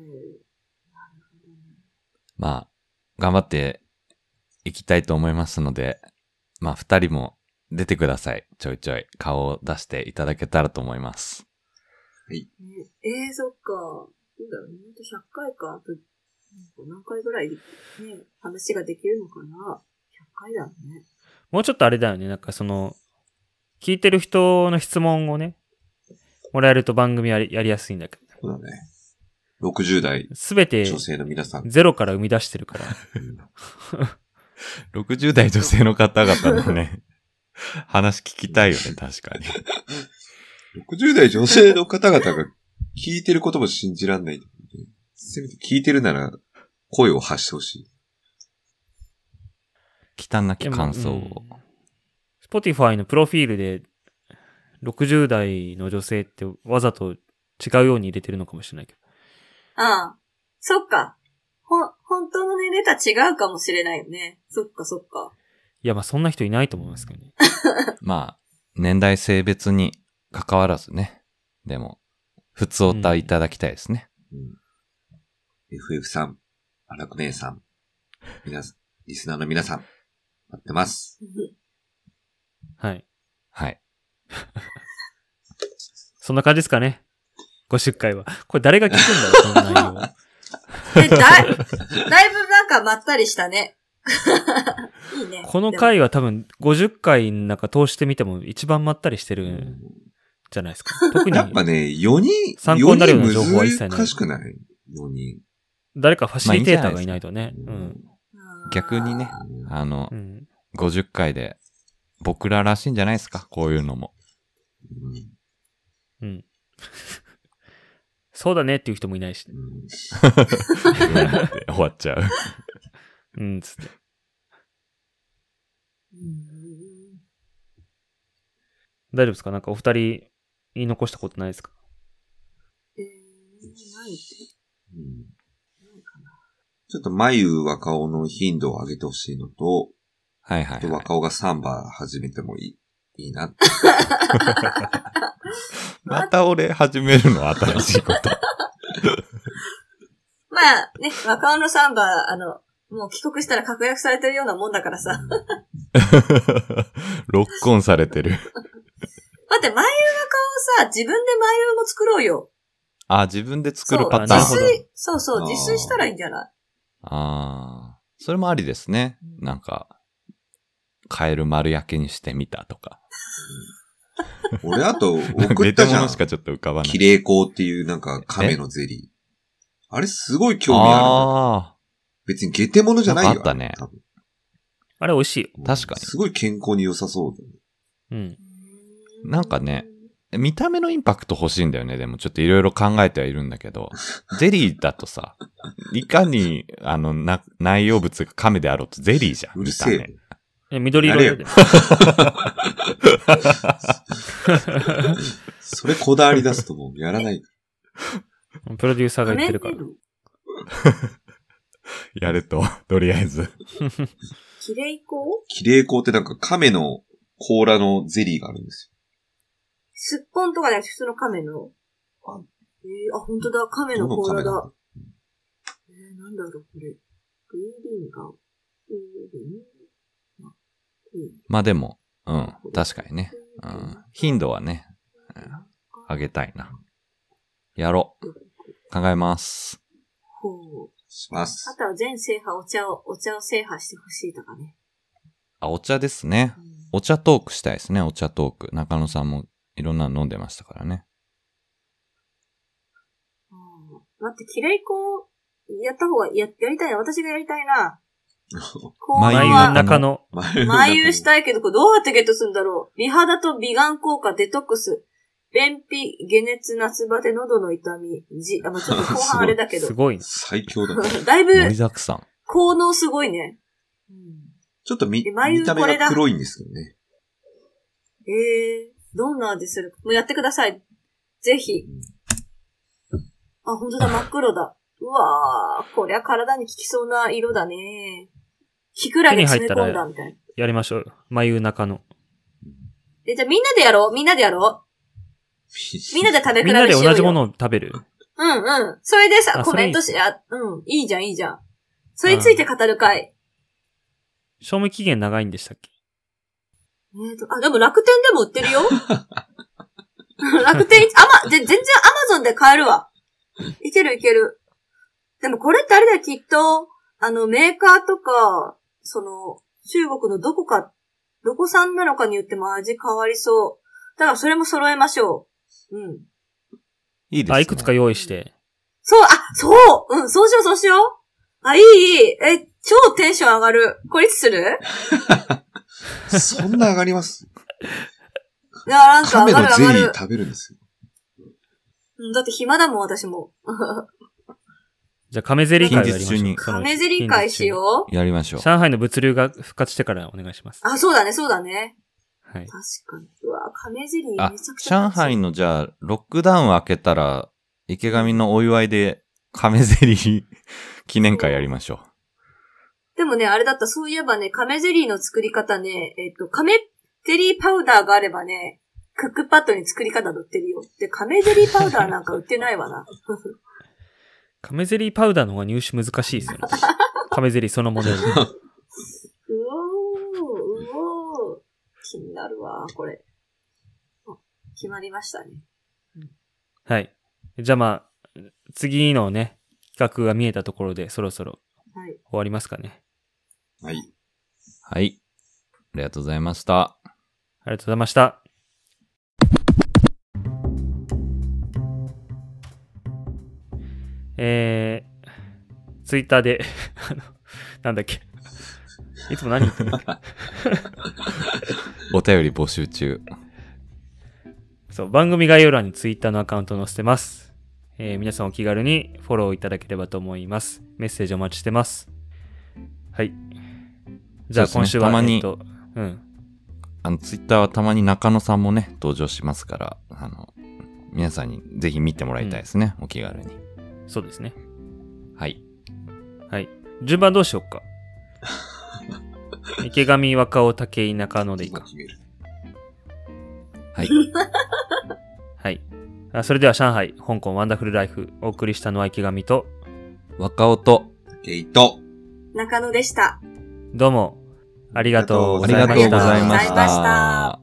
まあ、頑張っていきたいと思いますので、まあ、二人も出てください。ちょいちょい顔を出していただけたらと思います。 そっか。そうだよね。100回か。あと、何回ぐらいね、話ができるのかな。100回だね。 もうちょっとあれだよね。なんか聞いてる人の質問をね、もらえると番組やりやすいんだけど。 そうだね。60代すべて女性の皆さん。 ゼロから生み出してるから。 60代女性の方々のね、話聞きたいよね、確かに。 60代女性の方々が聞いてることも信じらんない。せめて聞いてるなら声を発してほしい。 忌憚なき感想を。 Spotify のプロフィールで60代の女性ってわざと違うように入れてるのかもしれないけど。 ああ。そっか。本当の年齢とは違うかもしれないよね。そっかそっか。 いや、まあそんな人いないと思いますけどね。 まあ、年代性別に関わらずね。でも、普通おたいただきたいですね。 FF さん、荒く姉さん、リスナーの皆さん、待ってます。 はい。 はい。 そんな感じですかね。50回は。これ誰が聞くんだろう、この内容。 だいぶなんかまったりしたね。いいね。 この回は多分50回なんか通してみても一番まったりしてるんじゃないですか。特に。 やっぱね、4人、 参考になるような情報は一切ない。 難しくない ?4 人。 誰かファシリテーターがいないとね。 逆にね、50回で僕ららしいんじゃないですか、こういうのも。 うん。そうだねっていう人もいないし、ね。 終わっちゃう。 つって。大丈夫ですか？なんかお二人言い残したことないですか？ ない。 ちょっと眉若尾の頻度を上げてほしいのと、 はいはい、はい。 若尾がサンバ始めてもいいなって。 また俺始めるの新しいこと。 まあね、若尾のサンバ、もう帰国したら確約されてるようなもんだからさ。 ロックオンされてる。 待って、眉若尾さ、自分で眉も作ろうよ。 あ、自分で作るパターン。 そう、自炊したらいいんじゃない？ それもありですね。なんか、カエル丸焼けにしてみたとか。 俺あと、送ったじゃん。 しかちょっと浮かばない。 キレイコっていうなんか亀のゼリー。あれすごい興味ある。別にゲテモノじゃないよ。 あったね。 あれ美味しい。 確かに。 すごい健康に良さそうだね。 なんかね、見た目のインパクト欲しいんだよね。でもちょっといろいろ考えてはいるんだけど、ゼリーだとさ、いかに、内容物が亀であろうとゼリーじゃん。 うるせえ。緑色で。 それこだわり出すともうやらない。 プロデューサーが言ってるから。 やれと、とりあえず。 キレイコ？ キレイコってなんか亀の甲羅のゼリーがあるんですよ。 すっぽんとかで普通の亀の。本当だ、亀の甲羅だ。なんだろう、これ。グリーンが。 まあでも、確かにね。頻度はね、上げたいな。やろう。考えます。 します。 あとは全制覇、お茶を制覇してほしいとかね。 お茶ですね。お茶トークしたいですね、お茶トーク。中野さんもいろんなの飲んでましたからね。 待って、キレイコやった方が、やりたいな。私がやりたいな。 眉の中の。 眉したいけど、これどうやってゲットするんだろう。美肌と美顔効果、デトックス。便秘、解熱、夏バテ、喉の痛み、ちょっと後半あれだけど。 すごい。 最強だね。 だいぶ、 盛りだくさん。 効能すごいね。 ちょっと見た目が黒いんですけどね。 どんな味するか。もうやってください。ぜひ。本当だ、真っ黒だ。うわー、こりゃ体に効きそうな色だね。キクラゲ詰め込んだみたいな。 やりましょう。眉中の。 じゃあみんなでやろう。みんなで食べ比べしようよ。 みんなで同じものを食べる。 それでさ、コメントし、いいじゃん。それについて語る会。 賞味期限長いんでしたっけ？ でも楽天でも売ってるよ。楽天、全然アマゾンで買えるわ。いける。でもこれってあれだよ、きっと、メーカーとか、中国のどこ産なのかによっても味変わりそう。だからそれも揃えましょう。 いいですね。 いくつか用意して。 そうそうしよう。いい。超テンション上がる。これいつする？ そんな上がります？ いや、なんか上がる。 亀のゼリー食べるんですよ。 だって暇だもん、私も。 じゃあ、亀ゼリー会やりましょう。 亀ゼリー会しよう。やりましょう。 上海の物流が復活してからお願いします。 そうだね。 はい。 確かに。うわ、亀ゼリーめちゃくちゃ。 上海のじゃあ、ロックダウン開けたら、池上のお祝いで亀ゼリー記念会やりましょう。 でもね、あれだった、そういえばね、亀ゼリーの作り方ね、亀ゼリーパウダーがあればね、 クックパッドに作り方載ってるよ。で、亀ゼリーパウダーなんか売ってないわな。 亀ゼリーパウダーの方が入手難しいですよね。亀ゼリーそのものより。 うおー。気になるわ、これ。決まりましたね。 はい。じゃあまあ、次のね、企画が見えたところでそろそろはい。 終わりますかね。 はい。 はい。ありがとうございました。 ありがとうございました。ツイッターで、なんだっけ。いつも何言ってるんだっけ。 お便り募集中。 そう、番組概要欄にツイッターのアカウントを載せてます。皆さんお気軽にフォローいただければと思います。メッセージお待ちしてます。はい。じゃあ今週は、 たまにツツイッターはたまに中野さんもね、登場しますから、皆さんにぜひ見てもらいたいですね、お気軽に。 そうですね。 はい。 はい。順番どうしようか。池上、若尾、武井、中野でいいか。 はい。 はい。それでは上海、香港ワンダフルライフ、お送りしたのは池上と、 若尾と、 ゲイト。 中野でした。 どうも、ありがとうごありざいました。 がとうございましありがとうございましたた。